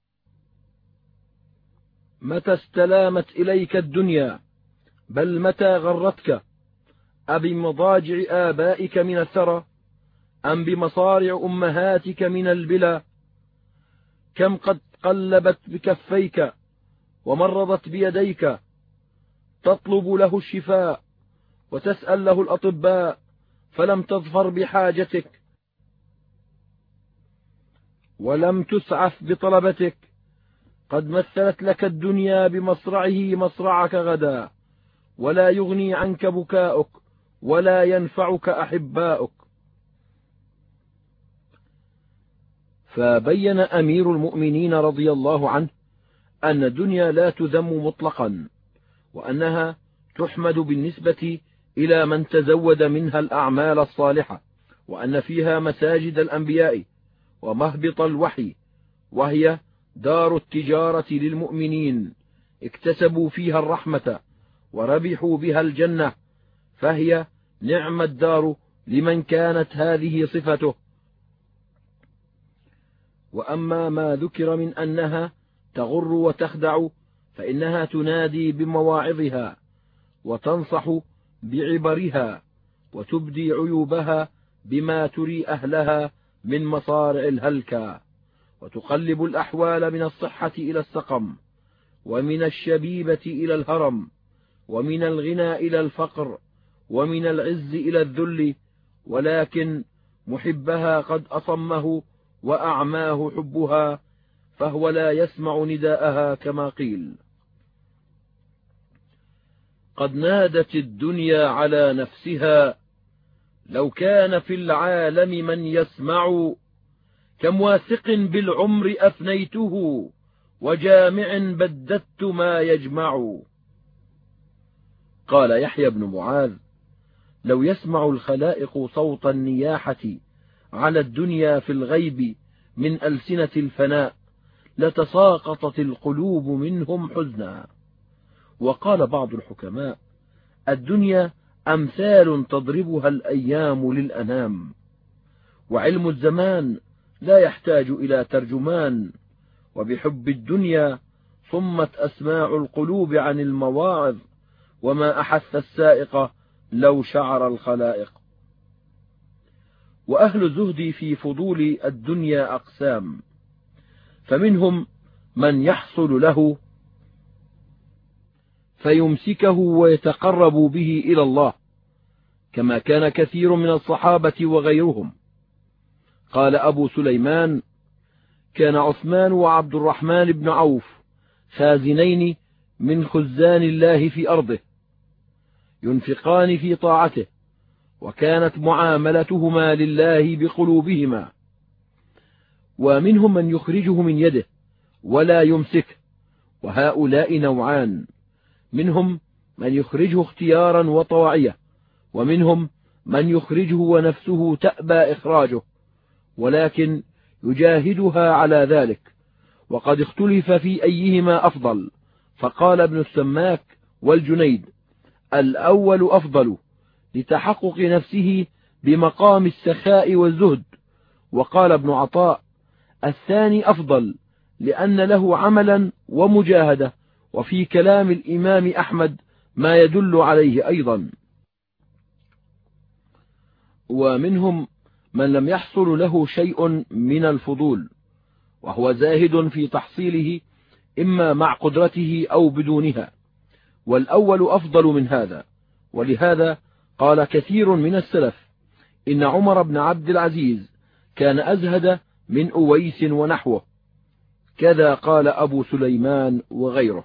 Speaker 1: متى استلامت إليك الدنيا؟ بل متى غرتك؟ أبمضاجع آبائك من الثرى، أم بمصارع أمهاتك من البلا؟ كم قد قلبت بكفيك ومرضت بيديك، تطلب له الشفاء وتسأل له الأطباء فلم تظفر بحاجتك ولم تسعف بطلبتك، قد مثلت لك الدنيا بمصرعه مصرعك غدا، ولا يغني عنك بكاؤك ولا ينفعك أحباؤك. فبين أمير المؤمنين رضي الله عنه أن الدنيا لا تذم مطلقا، وأنها تحمد بالنسبة إلى من تزود منها الأعمال الصالحة، وأن فيها مساجد الأنبياء ومهبط الوحي، وهي دار التجارة للمؤمنين اكتسبوا فيها الرحمة وربحوا بها الجنة، فهي نعم الدار لمن كانت هذه صفته. وأما ما ذكر من أنها تغر وتخدع فإنها تنادي بمواعظها وتنصح بعبرها وتبدي عيوبها بما تري أهلها من مصارع الهلكة، وتقلب الأحوال من الصحة إلى السقم، ومن الشبيبة إلى الهرم، ومن الغنى إلى الفقر، ومن العز إلى الذل، ولكن محبها قد أصمه وأعماه حبها، فهو لا يسمع نداءها كما قيل. قد نادت الدنيا على نفسها لو كان في العالم من يسمع، كم واثق بالعمر أفنيته وجامع بددت ما يجمع. قال يحيى بن معاذ: لو يسمع الخلائق صوت النياحة على الدنيا في الغيب من ألسنة الفناء لتساقطت القلوب منهم حزنا. وقال بعض الحكماء: الدنيا أمثال تضربها الأيام للأنام، وعلم الزمان لا يحتاج إلى ترجمان، وبحب الدنيا صمت أسماع القلوب عن المواعظ، وما أحث السائق لو شعر الخلائق. وأهل الزهد في فضول الدنيا أقسام، فمنهم من يحصل له فيمسكه ويتقرب به إلى الله، كما كان كثير من الصحابة وغيرهم. قال أبو سليمان: كان عثمان وعبد الرحمن بن عوف خازنين من خزان الله في أرضه، ينفقان في طاعته، وكانت معاملتهما لله بقلوبهما. ومنهم من يخرجه من يده ولا يمسكه، وهؤلاء نوعان: منهم من يخرجه اختيارا وطواعية، ومنهم من يخرجه ونفسه تأبى إخراجه، ولكن يجاهدها على ذلك. وقد اختلف في أيهما أفضل، فقال ابن السماك والجنيد: الأول أفضل لتحقق نفسه بمقام السخاء والزهد. وقال ابن عطاء: الثاني أفضل لأن له عملا ومجاهدة. وفي كلام الإمام أحمد ما يدل عليه أيضا. ومنهم من لم يحصل له شيء من الفضول، وهو زاهد في تحصيله إما مع قدرته أو بدونها، والأول أفضل من هذا. ولهذا قال كثير من السلف: إن عمر بن عبد العزيز كان أزهد من أويس ونحوه. كذا قال أبو سليمان وغيره.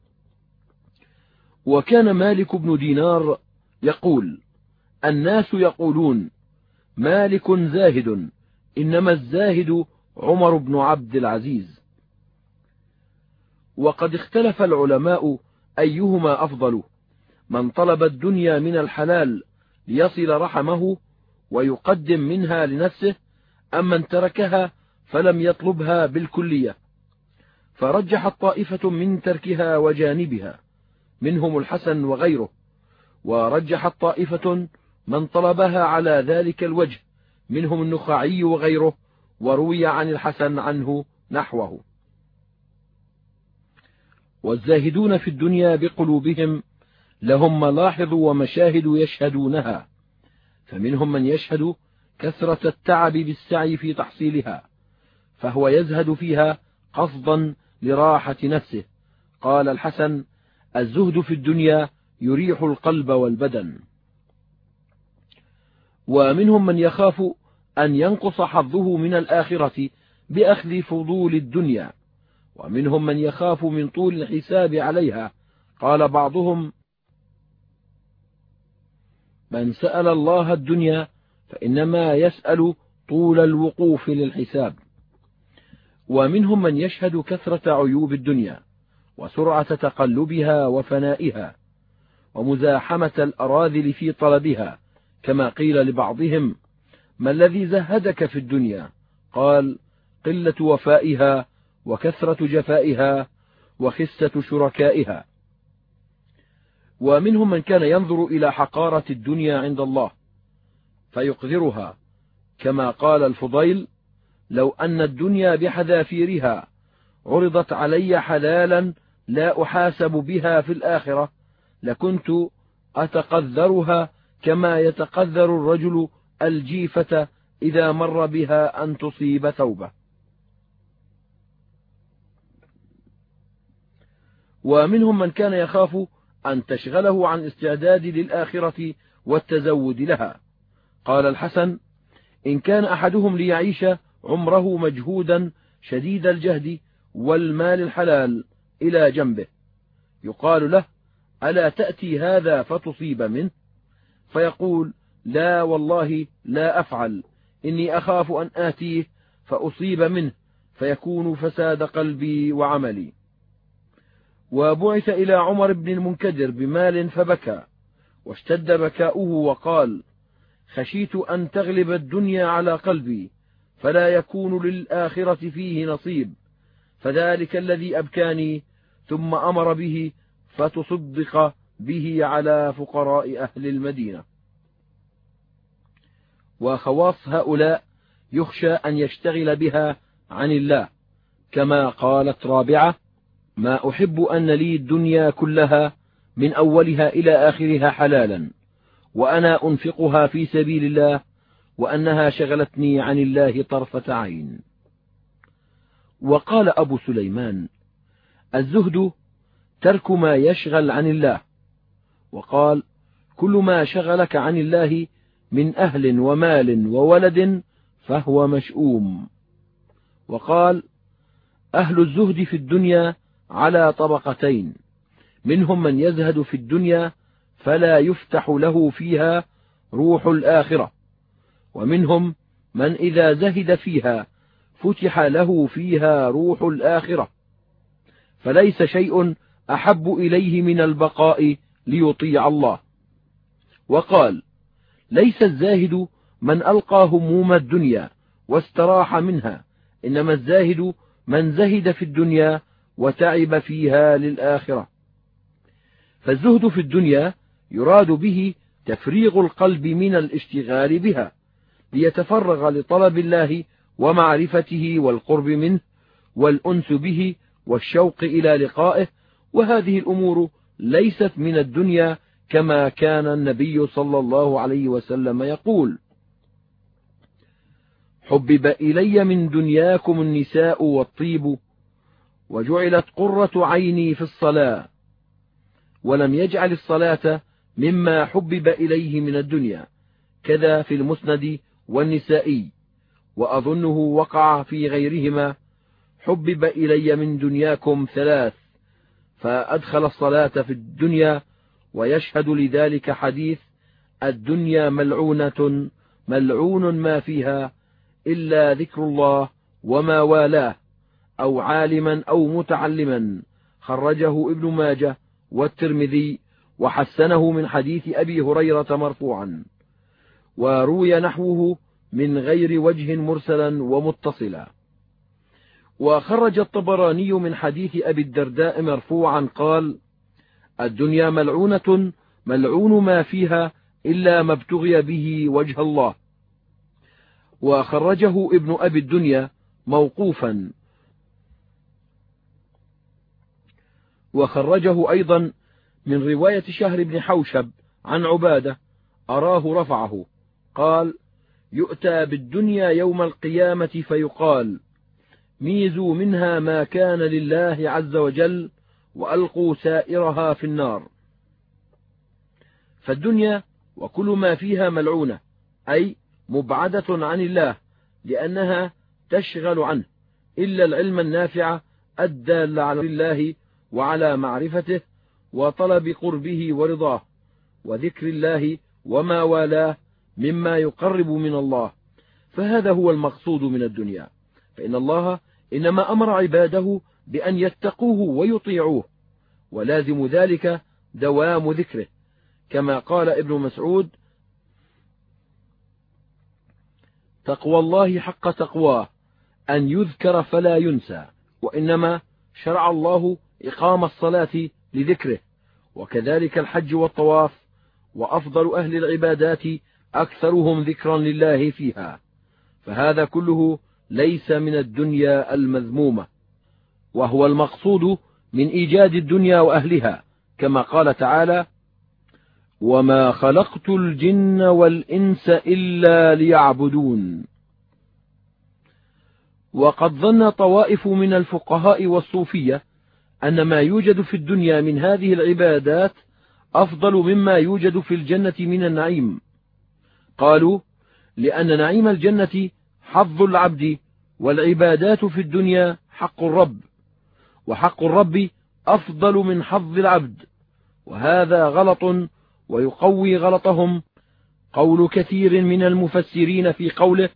Speaker 1: وكان مالك بن دينار يقول: الناس يقولون مالك زاهد، إنما الزاهد عمر بن عبد العزيز. وقد اختلف العلماء أيهما أفضل: من طلب الدنيا من الحلال ليصل رحمه ويقدم منها لنفسه، أم من تركها فلم يطلبها بالكلية. فرجحت طائفة من تركها وجانبها، منهم الحسن وغيره، ورجحت طائفة من طلبها على ذلك الوجه، منهم النخعي وغيره، وروي عن الحسن عنه نحوه. والزاهدون في الدنيا بقلوبهم لهم ملاحظ ومشاهد يشهدونها، فمنهم من يشهد كثرة التعب بالسعي في تحصيلها، فهو يزهد فيها قصدا لراحة نفسه. قال الحسن: الزهد في الدنيا يريح القلب والبدن. ومنهم من يخاف أن ينقص حظه من الآخرة بأخذ فضول الدنيا، ومنهم من يخاف من طول الحساب عليها. قال بعضهم: من سأل الله الدنيا فإنما يسأل طول الوقوف للحساب. ومنهم من يشهد كثرة عيوب الدنيا وسرعة تقلبها وفنائها ومزاحمة الأراذل في طلبها، كما قيل لبعضهم: ما الذي زهدك في الدنيا؟ قال: قلة وفائها وكثرة جفائها وخسة شركائها. ومنهم من كان ينظر إلى حقارة الدنيا عند الله فيقذرها، كما قال الفضيل: لو أن الدنيا بحذافيرها عرضت علي حلالا لا أحاسب بها في الآخرة لكنت أتقذرها كما يتقذر الرجل الجيفة إذا مر بها أن تصيب ثوبه. ومنهم من كان يخاف أن تشغله عن استعداد للآخرة والتزود لها. قال الحسن: إن كان أحدهم ليعيش عمره مجهودا شديد الجهد والمال الحلال إلى جنبه، يقال له: ألا تأتي هذا فتصيب منه؟ فيقول: لا والله لا أفعل، إني أخاف أن آتيه فأصيب منه فيكون فساد قلبي وعملي. وبعث إلى عمر بن المنكدر بمال فبكى، واشتد بكاؤه وقال: خشيت أن تغلب الدنيا على قلبي فلا يكون للآخرة فيه نصيب، فذلك الذي أبكاني. ثم أمر به فتصدق به على فقراء أهل المدينة. وخواص هؤلاء يخشى أن يشتغل بها عن الله، كما قالت رابعة: ما أحب أن لي الدنيا كلها من أولها إلى آخرها حلالا وأنا أنفقها في سبيل الله وأنها شغلتني عن الله طرفة عين. وقال أبو سليمان: الزهد ترك ما يشغل عن الله. وقال: كل ما شغلك عن الله من أهل ومال وولد فهو مشؤوم. وقال: أهل الزهد في الدنيا على طبقتين، منهم من يزهد في الدنيا فلا يفتح له فيها روح الآخرة، ومنهم من إذا زهد فيها فتح له فيها روح الآخرة، فليس شيء أحب إليه من البقاء ليطيع الله. وقال: ليس الزاهد من ألقى هموم الدنيا واستراح منها، إنما الزاهد من زهد في الدنيا وتعب فيها للآخرة. فالزهد في الدنيا يراد به تفريغ القلب من الاشتغال بها ليتفرغ لطلب الله ومعرفته والقرب منه والأنس به والشوق إلى لقائه، وهذه الأمور ليست من الدنيا، كما كان النبي صلى الله عليه وسلم يقول: حبب إلي من دنياكم النساء والطيب وجعلت قرة عيني في الصلاة. ولم يجعل الصلاة مما حبب إليه من الدنيا، كذا في المسند والنسائي، وأظنه وقع في غيرهما: حبب إلي من دنياكم ثلاث، فأدخل الصلاة في الدنيا. ويشهد لذلك حديث: الدنيا ملعونة ملعون ما فيها إلا ذكر الله وما والاه، أو عالما أو متعلما. خرجه ابن ماجه والترمذي وحسنه من حديث أبي هريرة مرفوعا، وروي نحوه من غير وجه مرسلا ومتصلا. وخرج الطبراني من حديث أبي الدرداء مرفوعا قال: الدنيا ملعونة ملعون ما فيها إلا ما ابتغي به وجه الله. وخرجه ابن أبي الدنيا موقوفا، وخرجه أيضا من رواية شهر بن حوشب عن عبادة أراه رفعه قال: يؤتى بالدنيا يوم القيامة فيقال: ميزوا منها ما كان لله عز وجل وألقوا سائرها في النار. فالدنيا وكل ما فيها ملعونة، أي مبعدة عن الله، لأنها تشغل عنه، إلا العلم النافع الدال على الله وعلى معرفته وطلب قربه ورضاه وذكر الله وما والاه مما يقرب من الله. فهذا هو المقصود من الدنيا، فإن الله إنما أمر عباده بأن يتقوه ويطيعوه، ولازم ذلك دوام ذكره، كما قال ابن مسعود: تقوى الله حق تقواه أن يذكر فلا ينسى. وإنما شرع الله إقام الصلاة لذكره، وكذلك الحج والطواف، وأفضل أهل العبادات أكثرهم ذكرا لله فيها. فهذا كله ليس من الدنيا المذمومة، وهو المقصود من إيجاد الدنيا وأهلها، كما قال تعالى: وما خلقت الجن والإنس إلا ليعبدون. وقد ظن طوائف من الفقهاء والصوفية أن ما يوجد في الدنيا من هذه العبادات أفضل مما يوجد في الجنة من النعيم. قالوا: لأن نعيم الجنة حظ العبد، والعبادات في الدنيا حق الرب، وحق الرب أفضل من حظ العبد. وهذا غلط، ويقوي غلطهم قول كثير من المفسرين في قوله: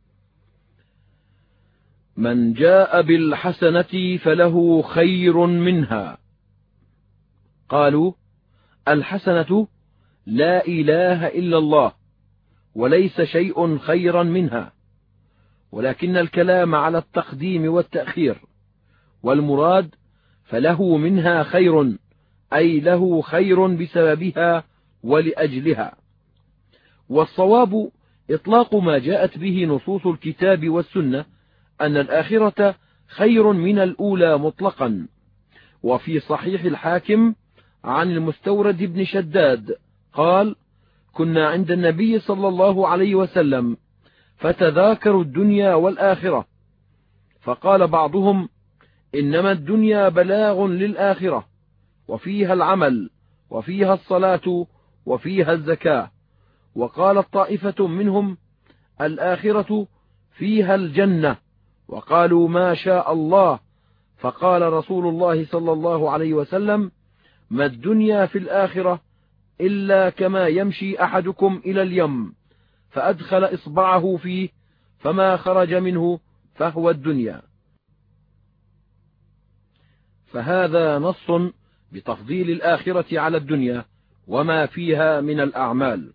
Speaker 1: من جاء بالحسنة فله خير منها. قالوا: الحسنة لا إله إلا الله، وليس شيء خيرا منها، ولكن الكلام على التقديم والتأخير، والمراد فله منها خير، أي له خير بسببها ولأجلها. والصواب إطلاق ما جاءت به نصوص الكتاب والسنة، أن الآخرة خير من الأولى مطلقا. وفي صحيح الحاكم عن المستورد بن شداد قال: كنا عند النبي صلى الله عليه وسلم فتذاكروا الدنيا والآخرة، فقال بعضهم: إنما الدنيا بلاغ للآخرة، وفيها العمل، وفيها الصلاة، وفيها الزكاة. وقالت طائفة منهم: الآخرة فيها الجنة. وقالوا: ما شاء الله. فقال رسول الله صلى الله عليه وسلم: ما الدنيا في الآخرة إلا كما يمشي أحدكم إلى اليم فأدخل إصبعه فيه فما خرج منه فهو الدنيا. فهذا نص بتفضيل الآخرة على الدنيا وما فيها من الأعمال.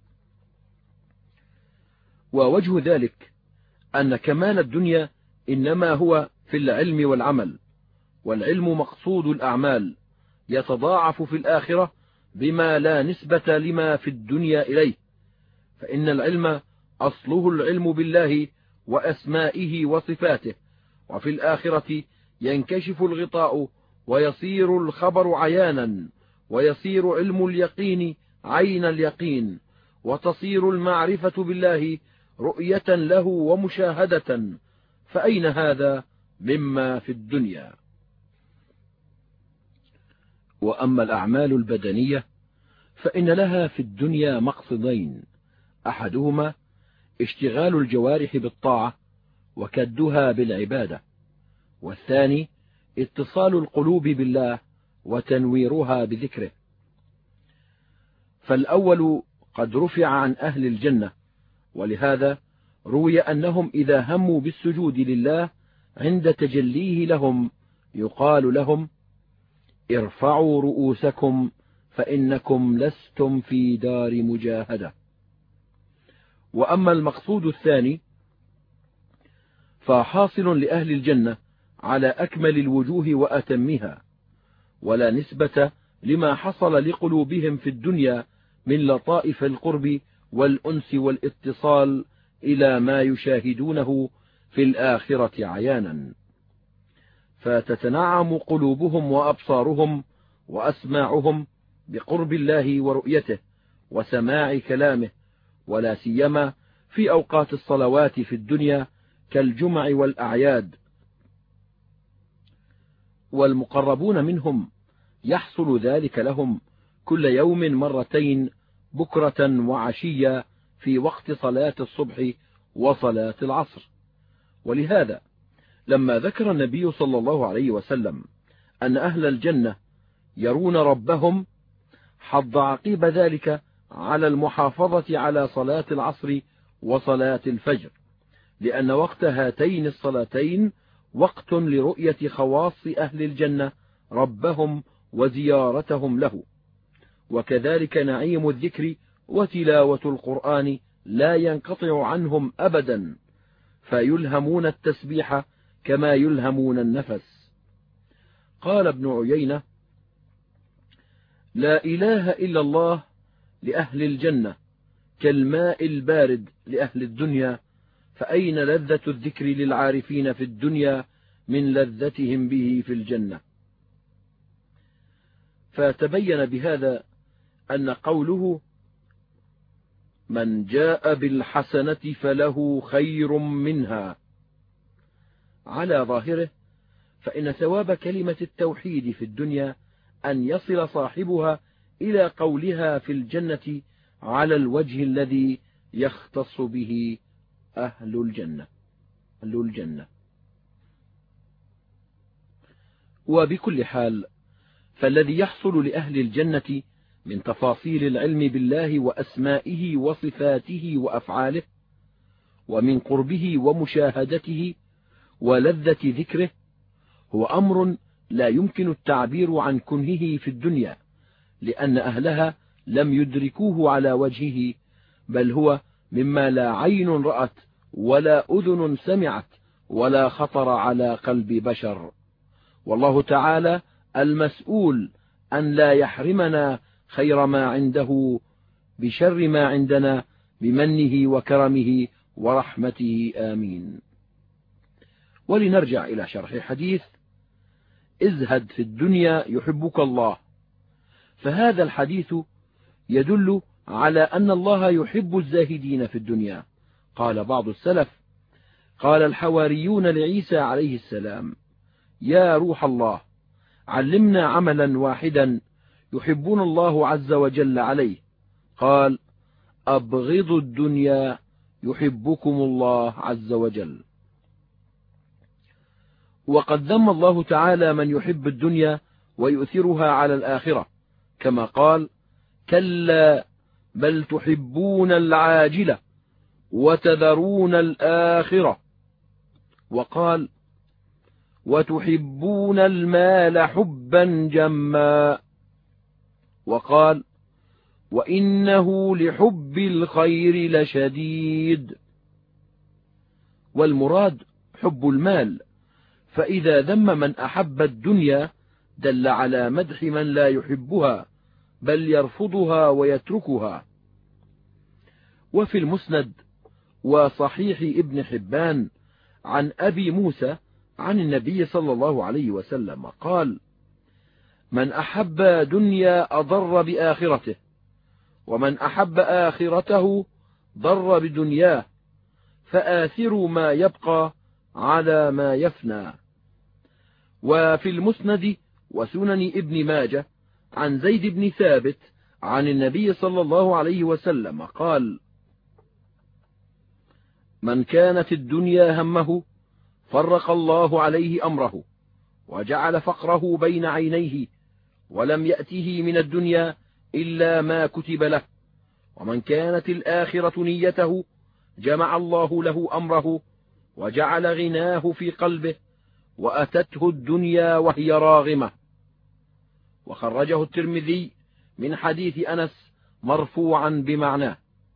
Speaker 1: ووجه ذلك أن كمال الدنيا إنما هو في العلم والعمل، والعلم مقصود الأعمال، يتضاعف في الآخرة بما لا نسبة لما في الدنيا إليه، فإن العلم أصله العلم بالله وأسمائه وصفاته، وفي الآخرة ينكشف الغطاء ويصير الخبر عيانا، ويصير علم اليقين عين اليقين، وتصير المعرفة بالله رؤية له ومشاهدة. فأين هذا مما في الدنيا؟ وأما الأعمال البدنية فإن لها في الدنيا مقصدين: أحدهما اشتغال الجوارح بالطاعة وكدها بالعبادة، والثاني اتصال القلوب بالله وتنويرها بذكره. فالأول قد رفع عن أهل الجنة، ولهذا روي أنهم إذا هموا بالسجود لله عند تجليه لهم يقال لهم: ارفعوا رؤوسكم فإنكم لستم في دار مجاهدة. وأما المقصود الثاني فحاصل لأهل الجنة على أكمل الوجوه وأتمها، ولا نسبة لما حصل لقلوبهم في الدنيا من لطائف القرب والأنس والاتصال إلى ما يشاهدونه في الآخرة عيانا، فتتنعم قلوبهم وأبصارهم وأسماعهم بقرب الله ورؤيته وسماع كلامه، ولا سيما في أوقات الصلوات في الدنيا كالجمع والأعياد. والمقربون منهم يحصل ذلك لهم كل يوم مرتين بكرة وعشية في وقت صلاة الصبح وصلاة العصر. ولهذا لما ذكر النبي صلى الله عليه وسلم أن أهل الجنة يرون ربهم حض عقيب ذلك على المحافظة على صلاة العصر وصلاة الفجر، لأن وقت هاتين الصلاتين وقت لرؤية خواص أهل الجنة ربهم وزيارتهم له. وكذلك نعيم الذكر وتلاوة القرآن لا ينقطع عنهم أبدا، فيلهمون التسبيح كما يلهمون النفس. قال ابن عيينة: لا إله إلا الله لأهل الجنة كالماء البارد لأهل الدنيا، فأين لذة الذكر للعارفين في الدنيا من لذتهم به في الجنة. فتبين بهذا أن قوله من جاء بالحسنة فله خير منها على ظاهره، فإن ثواب كلمة التوحيد في الدنيا أن يصل صاحبها إلى قولها في الجنة على الوجه الذي يختص به أهل الجنة أهل الجنة. وبكل حال فالذي يحصل لأهل الجنة من تفاصيل العلم بالله وأسمائه وصفاته وأفعاله، ومن قربه ومشاهدته ولذة ذكره، هو أمر لا يمكن التعبير عن كنهه في الدنيا، لأن أهلها لم يدركوه على وجهه، بل هو مما لا عين رأت ولا أذن سمعت ولا خطر على قلب بشر. والله تعالى المسؤول أن لا يحرمنا خير ما عنده بشر ما عندنا بمنه وكرمه ورحمته، آمين. ولنرجع إلى شرح حديث ازهد في الدنيا يحبك الله. فهذا الحديث يدل على أن الله يحب الزاهدين في الدنيا. قال بعض السلف: قال الحواريون لعيسى عليه السلام: يا روح الله، علمنا عملا واحدا يحبنا الله عز وجل عليه. قال: أبغضوا الدنيا يحبكم الله عز وجل. وقد ذم الله تعالى من يحب الدنيا ويؤثرها على الآخرة، كما قال: كلا بل تحبون العاجلة وتذرون الآخرة. وقال: وتحبون المال حبا جما. وقال: وإنه لحب الخير لشديد. والمراد حب المال، فإذا ذم من أحب الدنيا دل على مدح من لا يحبها بل يرفضها ويتركها. وفي المسند وصحيح ابن حبان عن أبي موسى عن النبي صلى الله عليه وسلم قال: من أحب دنيا أضر بآخرته، ومن أحب آخرته ضر بدنياه، فآثروا ما يبقى على ما يفنى. وفي المسند وسنن ابن ماجه عن زيد بن ثابت عن النبي صلى الله عليه وسلم قال: من كانت الدنيا همه فرق الله عليه أمره وجعل فقره بين عينيه، ولم يأته من الدنيا إلا ما كتب له. ومن كانت الآخرة نيته جمع الله له أمره وجعل غناه في قلبه، وأتته الدنيا وهي راغمة. وخرجه الترمذي من حديث أنس مرفوعا بمعناه.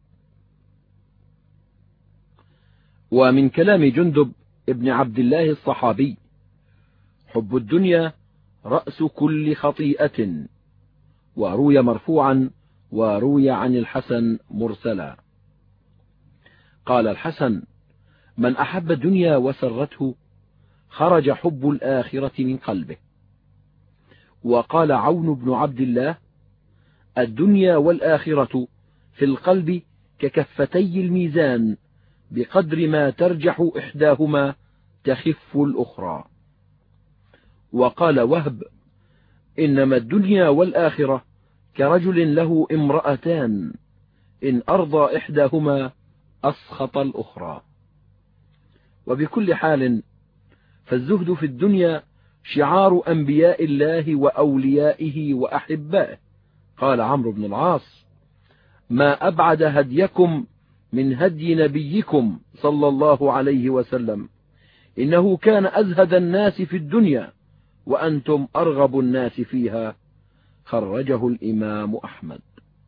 Speaker 1: ومن كلام جندب ابن عبد الله الصحابي: حب الدنيا رأس كل خطيئة. وروي مرفوعا وروي عن الحسن مرسلا. قال الحسن: من أحب الدنيا وسرته خرج حب الآخرة من قلبه. وقال عون بن عبد الله: الدنيا والآخرة في القلب ككفتي الميزان، بقدر ما ترجح إحداهما تخف الأخرى. وقال وهب: إنما الدنيا والآخرة كرجل له امرأتان، إن أرضى إحداهما أسخط الأخرى. وبكل حال فالزهد في الدنيا شعار أنبياء الله وأوليائه وأحبائه. قال عمرو بن العاص: ما أبعد هديكم من هدي نبيكم صلى الله عليه وسلم، إنه كان أزهد الناس في الدنيا وأنتم أرغب الناس فيها. خرجه الإمام أحمد.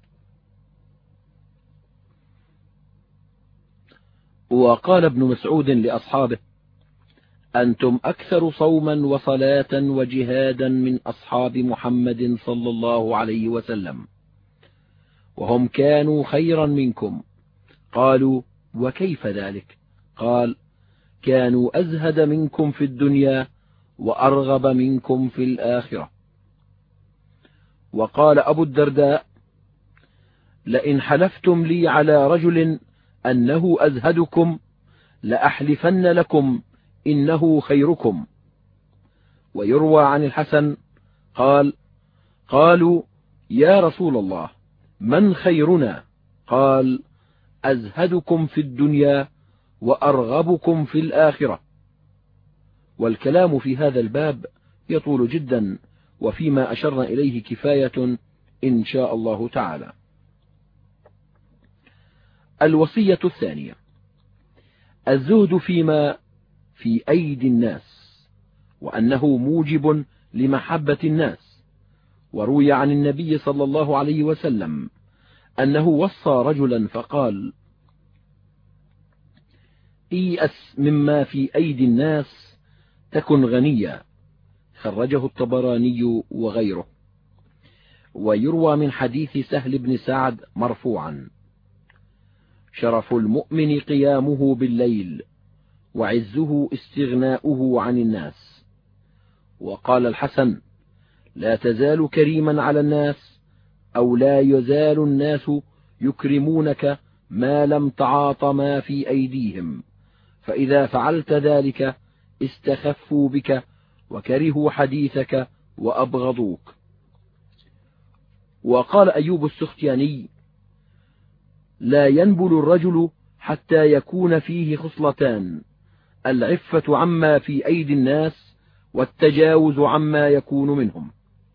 Speaker 1: وقال ابن مسعود لأصحابه: أنتم أكثر صوما وصلاة وجهادا من أصحاب محمد صلى الله عليه وسلم، وهم كانوا خيرا منكم. قالوا: وكيف ذلك؟ قال: كانوا أزهد منكم في الدنيا وأرغب منكم في الآخرة. وقال أبو الدرداء: لئن حلفتم لي على رجل أنه أزهدكم لأحلفن لكم إنه خيركم. ويروى عن الحسن قال: قالوا: يا رسول الله، من خيرنا؟ قال: أزهدكم في الدنيا وأرغبكم في الآخرة. والكلام في هذا الباب يطول جدا، وفيما أشرنا إليه كفاية إن شاء الله تعالى. الوصية الثانية: الزهد فيما في أيدي الناس، وأنه موجب لمحبة الناس. وروي عن النبي صلى الله عليه وسلم أنه وصى رجلا فقال: إيأس مما في أيدي الناس تكن غنيا. خرجه الطبراني وغيره. ويروى من حديث سهل بن سعد مرفوعا: شرف المؤمن قيامه بالليل، وعزه استغناؤه عن الناس. وقال الحسن: لا تزال كريما على الناس، أو لا يزال الناس يكرمونك ما لم تعاط ما في أيديهم، فإذا فعلت ذلك استخفوا بك وكرهوا حديثك وأبغضوك. وقال أيوب السختياني: لا ينبل الرجل حتى يكون فيه خصلتان: العفة عما في أيدي الناس، والتجاوز عما يكون منهم.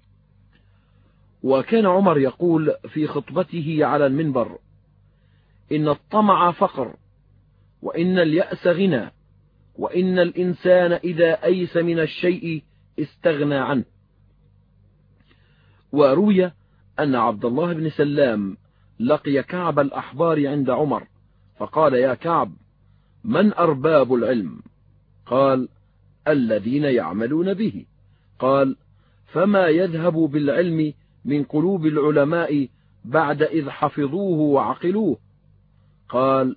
Speaker 1: وكان عمر يقول في خطبته على المنبر: إن الطمع فقر، وإن اليأس غنى، وإن الإنسان إذا أيس من الشيء استغنى عنه. وروي أن عبد الله بن سلام لقي كعب الأحبار عند عمر فقال: يا كعب، من أرباب العلم؟ قال: الذين يعملون به. قال: فما يذهب بالعلم من قلوب العلماء بعد إذ حفظوه وعقلوه؟ قال: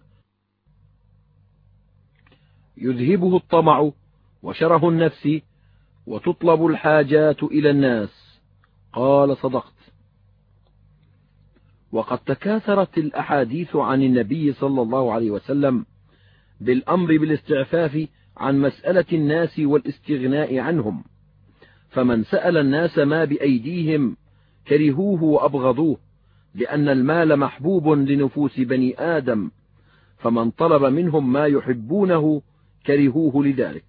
Speaker 1: يذهبه الطمع وشره النفس، وتطلب الحاجات إلى الناس. قال: صدقت. وقد تكاثرت الأحاديث عن النبي صلى الله عليه وسلم بالأمر بالاستعفاف عن مسألة الناس والاستغناء عنهم، فمن سأل الناس ما بأيديهم كرهوه وأبغضوه، لأن المال محبوب لنفوس بني آدم، فمن طلب منهم ما يحبونه كرهوه لذلك.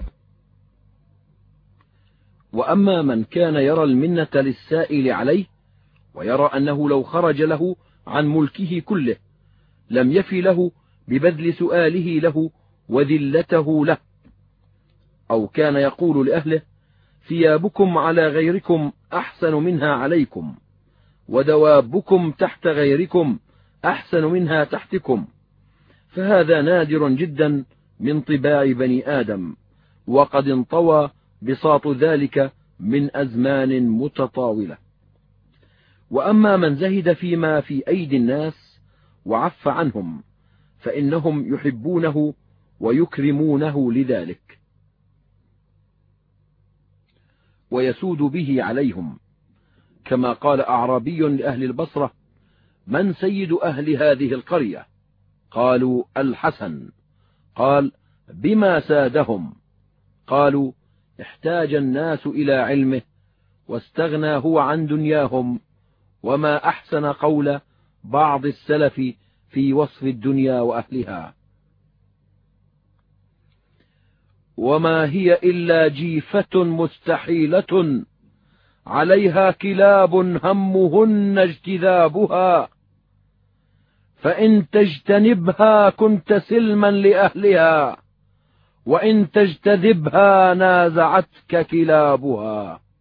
Speaker 1: وأما من كان يرى المنة للسائل عليه، ويرى أنه لو خرج له عن ملكه كله لم يفي له ببذل سؤاله له وذلته له، أو كان يقول لأهله: ثيابكم على غيركم أحسن منها عليكم، ودوابكم تحت غيركم أحسن منها تحتكم، فهذا نادر جدا من طباع بني آدم، وقد انطوى بساط ذلك من أزمان متطاولة. وأما من زهد فيما في أيدي الناس وعف عنهم، فإنهم يحبونه ويكرمونه لذلك، ويسود به عليهم، كما قال أعرابي لأهل البصرة: من سيد أهل هذه القرية؟ قالوا: الحسن. قال: بما سادهم؟ قالوا: احتاج الناس إلى علمه، واستغنى هو عن دنياهم، وما أحسن قول بعض السلف في وصف الدنيا وأهلها. وما هي إلا جيفة مستحيلة عليها كلاب همهن اجتذابها، فإن تجتنبها كنت سلما لأهلها، وإن تجتذبها نازعتك كلابها.